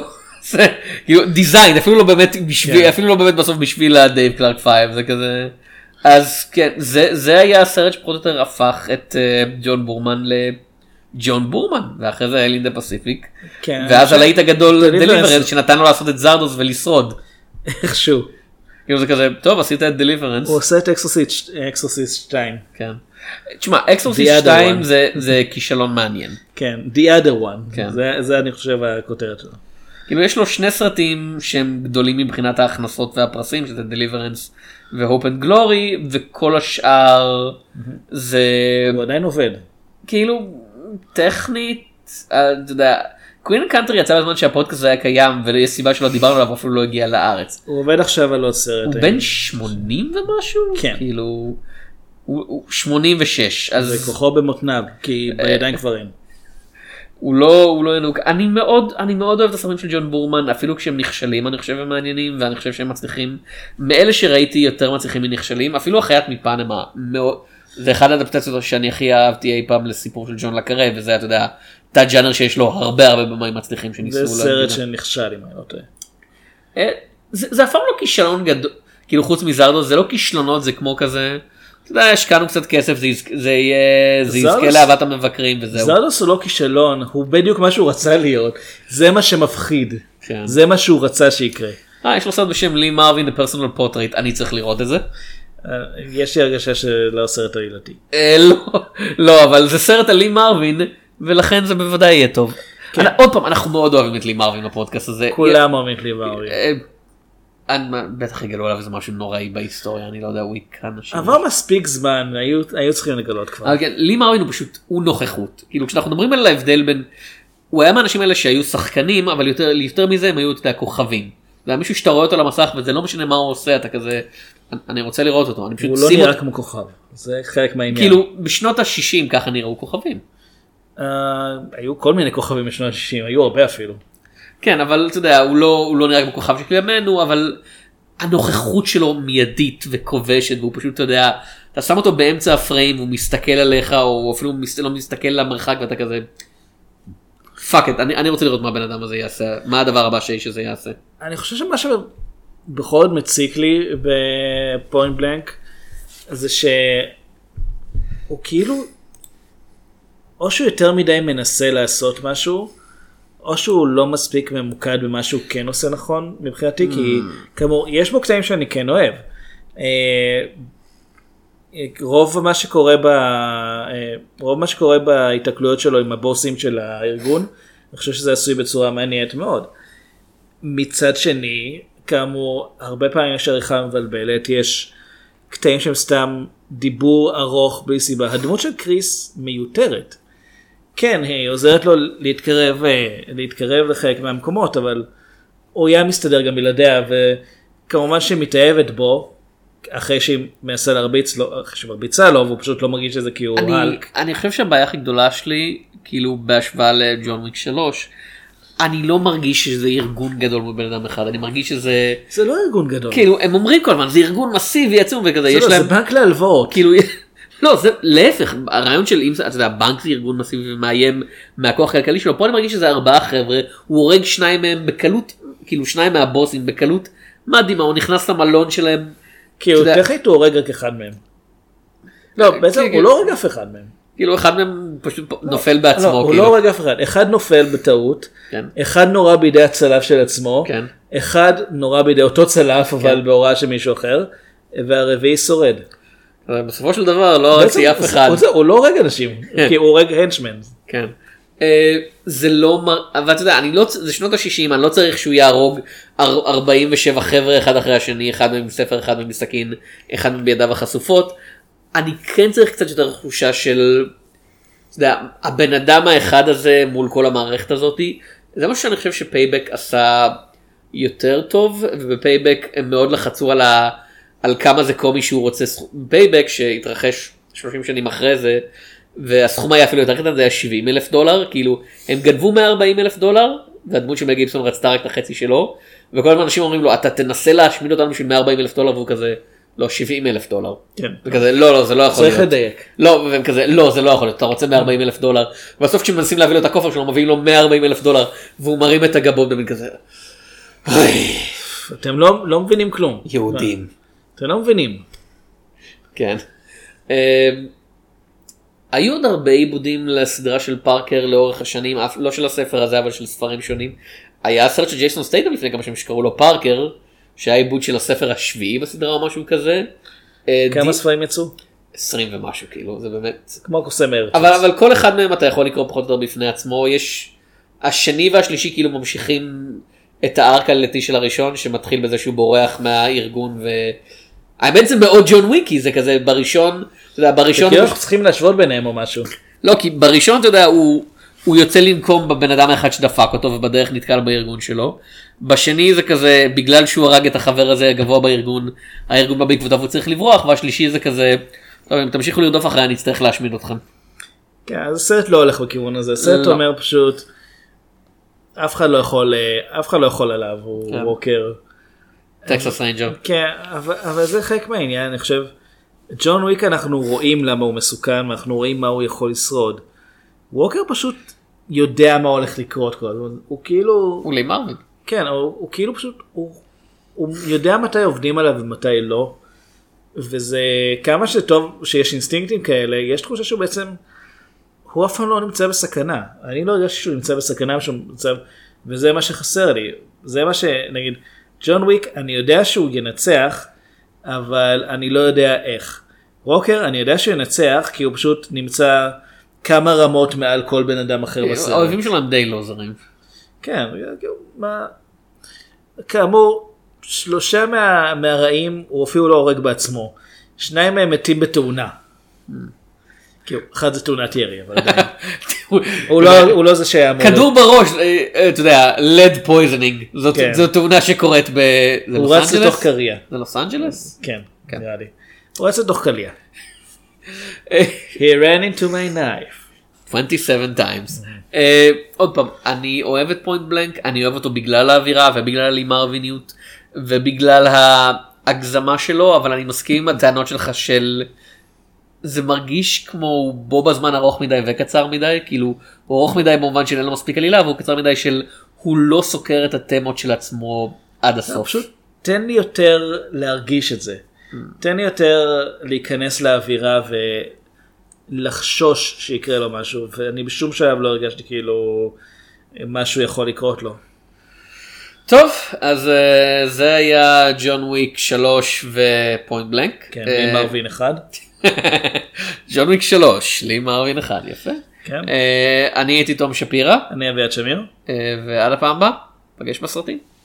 דיזיין, אפילו לא באמת בסוף בשביל הדייב קלארק 5, זה כזה. אז כן, זה היה הסרט שפחות או יותר הפך את ג'ון בורמן לג'ון בורמן, ואחרי זה אלין דה פסיפיק, ואז הלהיט הגדול דליברנס שנתן לו לעשות את זרדוס ולשרוד. איכשהו. כאילו זה כזה, טוב, עשית את דליברנס. הוא עושה את אקסורסיסט 2. כן. תשמע, אקסורסיסט 2 זה כישלון מעניין. כן, The Other One. זה אני חושב הכותרת שלו. כאילו יש לו שני סרטים שהם גדולים מבחינת ההכנסות והפרסים, שזה דליברנס והופ אנד גלורי, וכל השאר זה... הוא עדיין עובד. כאילו, טכנית, אתה יודע, קווין קאנטרי יצא בזמן שהפודקאסט היה קיים, ויש סיבה שלא דיברנו עליו, אפילו לא הגיע לארץ. הוא עובד עכשיו על עוד סרט. הוא בן 80 ומשהו? כן. כאילו, הוא 86. זה כוחו במותניו, כי בידיים כבר אין. הוא לא ינוק. אני מאוד אוהב את הסרטים של ג'ון בורמן, אפילו כשהם נכשלים אני חושב הם מעניינים, ואני חושב שהם מצליחים, מאלה שראיתי יותר מצליחים מנכשלים, אפילו החיית מפנמה, זה אחד האדפטציות שאני הכי אהבתי אי פעם לסיפור של ג'ון לקרה, וזה אתה יודע, תא ג'אנר שיש לו הרבה במאים מצליחים שניסו. זה סרט שנכשל אם אני לא טועה. זה אף פעם לא כישלון גדול, כאילו חוץ מזרדו, זה לא כישלונות, זה כמו כזה, אתה יודע, השקענו קצת כסף, זה יזכה לאהבת המבקרים וזהו. זרדוס הוא לא כישלון, הוא בדיוק מה שהוא רצה להיות, זה מה שמפחיד, זה מה שהוא רצה שיקרה. יש לו סרט בשם לי מרווין, The Personal Portrait, אני צריך לראות את זה. יש לי הרגשה שלא סרט עלילתי. לא, אבל זה סרט על לי מרווין, ולכן זה בוודאי יהיה טוב. עוד פעם, אנחנו מאוד אוהבים את לי מרווין בפודקאסט הזה. כולם אוהבים את לי מרווין. בטח יגלו עליו איזה משהו נוראי בהיסטוריה, אני לא יודע, הוא יקרא נשים. עבר מספיק זמן, היו צריכים לגלות כבר. לי מרווין הוא פשוט, הוא נוכחות. כאילו כשאנחנו מדברים על ההבדל בין, הוא היה מהאנשים האלה שהיו שחקנים, אבל יותר מזה הם היו כוכבים. זה היה מישהו שאתה רואה אותו על המסך, וזה לא משנה מה הוא עושה, אתה כזה, אני רוצה לראות אותו. הוא לא נראה כמו כוכב, זה חלק מהעניין. כאילו בשנות ה-60 ככה נראו כוכבים. היו כל מיני כוכבים בשנות ה-60, היו הרבה אפילו. כן, אבל אתה יודע, הוא לא נראה כמו כוכב של ימינו, אבל הנוכחות שלו מיידית וכובשת, והוא פשוט, אתה יודע, אתה שם אותו באמצע הפריים, והוא מסתכל עליך, או אפילו לא מסתכל למרחק, ואתה כזה, פאק את, אני רוצה לראות מה הבן אדם הזה יעשה, מה הדבר הבא שהאיש הזה יעשה. אני חושב שמה שבכל זאת מציק לי בפוינט בלנק, זה שהוא כאילו, או שהוא יותר מדי מנסה לעשות משהו, או שהוא לא מספיק ממוקד במה שהוא כן עושה נכון מבחינתי, כי כאמור, יש בו קטעים שאני כן אוהב. רוב מה שקורה בהתקלויות שלו עם הבוסים של הארגון, אני חושב שזה עשוי בצורה מעניינת מאוד. מצד שני, כאמור, הרבה פעמים יש עריכה מבלבלת, יש קטעים שהם סתם דיבור ארוך בלי סיבה. הדמות של קריס מיותרת. כן, היא עוזרת לו להתקרב לחלק מהמקומות, אבל הוא היה מסתדר גם בלעדיה, וכמובן שהיא מתאהבת בו, אחרי שהיא מנסה להרביץ לו, אחרי שהיא מרביצה לו, והוא פשוט לא מרגיש שזה כי הוא הלק. אני חושב שהבעיה הכי גדולה שלי, כאילו בהשוואה לג'ון וויק 3, אני לא מרגיש שזה ארגון גדול מבן אדם אחד, אני מרגיש שזה... זה לא ארגון גדול. כאילו, הם אומרים כל הזמן, זה ארגון מסיבי עצום וכזה, יש להם... זה בנק להלוואות. כאילו... לא, זה להפך, הרעיון של אם אתה יודע, הבנק זה ארגון מסיבי ומאיים מהכוח הכלכלי שלו, פה אני מרגיש שזה 4 חבר'ה, הוא הורג 2 מהם בקלות, כאילו 2 מהבוסים בקלות מדהימה, הוא נכנס למלון שלהם. כאילו טכנית הוא הורג רק אחד מהם. לא, בעצם הוא לא הורג אף אחד מהם. כאילו אחד מהם פשוט נופל בעצמו. הוא לא הורג אף אחד, אחד נופל בטעות, אחד נורא בידי הצלף של עצמו, אחד נורא בידי אותו צלף אבל בהוראה של מישהו אחר, והרביעי שורד. בסופו של דבר לא הרגתי אף אחד. הוא לא הורג אנשים, כי הוא הורג הנצ'מן. כן. זה לא, אבל אתה יודע, זה שנות ה-60, אני לא צריך שהוא יהרוג 47 חבר'ה אחד אחרי השני, אחד מהם ספר, אחד מהם סכין, אחד מהם בידיו החשופות. אני כן צריך קצת יותר תחושה של, אתה יודע, הבן אדם האחד הזה מול כל המערכת הזאת, זה משהו שאני חושב שפייבק עשה יותר טוב, ובפייבק הם מאוד לחצו על כמה זה קומי שהוא רוצה. פייבק שהתרחש 30 שנים אחרי זה, והסכום היה אפילו יותר קטן, זה היה $70,000, כאילו הם גנבו $140,000, והדמות של מל גיבסון רצתה רק את החצי שלו, וכל הזמן אנשים אומרים לו, אתה תנסה להשמיד אותנו בשביל $140,000, והוא כזה, לא, $70,000. כן. וכזה, לא, זה לא יכול להיות. צריך לדייק. לא, והם כזה, לא, זה לא יכול להיות, אתה רוצה $140,000. ובסוף כשמנסים להביא לו את הכופר שלו, מביאים לו $140,000, והוא מרים את הגבות במין כזה. אתם לא מבינים כלום. יהודים. אתם לא מבינים. כן. היו עוד הרבה עיבודים לסדרה של פארקר לאורך השנים, לא של הספר הזה, אבל של ספרים שונים. היה סרט של ג'ייסון סטייטם לפני כמה שנים שקראו לו פארקר, שהיה עיבוד של הספר השביעי בסדרה או משהו כזה. כמה ספרים יצאו? 20 ומשהו, כאילו, זה באמת... כמו קוסם ארץ. אבל כל אחד מהם אתה יכול לקרוא פחות או יותר בפני עצמו. יש... השני והשלישי כאילו ממשיכים את הארק הלטי של הראשון, שמתחיל בזה שהוא בורח מהארגון האמת זה מאוד ג'ון וויקי, זה כזה בראשון, אתה יודע, בראשון... כאילו אנחנו צריכים להשוות ביניהם או משהו. לא, כי בראשון, אתה יודע, הוא יוצא לנקום בבן אדם אחד שדפק אותו, ובדרך נתקל בארגון שלו. בשני זה כזה, בגלל שהוא הרג את החבר הזה הגבוה בארגון, הארגון בא בעקבותיו הוא צריך לברוח, והשלישי זה כזה, טוב, אם תמשיכו לרדוף אחרי, אני אצטרך להשמיד אתכם. כן, אז הסרט לא הולך בכיוון הזה, הסרט אומר פשוט, אף אחד לא יכול עליו, הוא ווקר. טקסס ריינג'ר. כן, אבל זה חלק מהעניין, אני חושב, ג'ון וויק אנחנו רואים למה הוא מסוכן, ואנחנו רואים מה הוא יכול לשרוד. ווקר פשוט יודע מה הולך לקרות כל הזמן, הוא כאילו... הוא לימרווין. כן, הוא כאילו פשוט, הוא יודע מתי עובדים עליו ומתי לא, וזה כמה שטוב שיש אינסטינקטים כאלה, יש תחושה שהוא בעצם, הוא אף פעם לא נמצא בסכנה, אני לא יודע שהוא נמצא בסכנה, וזה מה שחסר לי, זה מה שנגיד, ג'ון וויק, אני יודע שהוא ינצח, אבל אני לא יודע איך. ווקר, אני יודע שהוא ינצח, כי הוא פשוט נמצא כמה רמות מעל כל בן אדם אחר בסרט. האויבים שלהם די לא זרים. כן, כאמור, 3 מהרעים הוא אפילו לא הורג בעצמו. 2 מהם מתים בתאונה. אחד זה תאונת ירי, אבל עדיין. הוא לא זה שהיה אמור. כדור בראש, אתה יודע, lead poisoning, זו תאונה שקורית הוא רץ לתוך קריה. זה לוס אנג'לס? כן, נראה לי. הוא רץ לתוך קריה. He ran into my knife. 27 times. עוד פעם, אני אוהב את פוינט בלנק, אני אוהב אותו בגלל האווירה ובגלל הלימרוויניות ובגלל ההגזמה שלו, אבל אני מסכים עם הטענות שלך של זה מרגיש כמו בו בזמן ארוך מדי וקצר מדי, כאילו הוא ארוך מדי במובן של אין לו מספיק עלילה, והוא קצר מדי של הוא לא סוקר את התמות של עצמו עד הסוף. פשוט תן לי יותר להרגיש את זה, תן לי יותר להיכנס לאווירה ולחשוש שיקרה לו משהו, ואני בשום שלב לא הרגשתי כאילו משהו יכול לקרות לו. טוב, אז זה היה ג'ון וויק 3 ופוינט בלנק. כן, לי מרווין 1. ג'ון וויק 3, לי מרווין 1, יפה. כן. אני הייתי תום שפירא. אני אביעד שמיר. ועד הפעם הבאה, פגש בסרטים.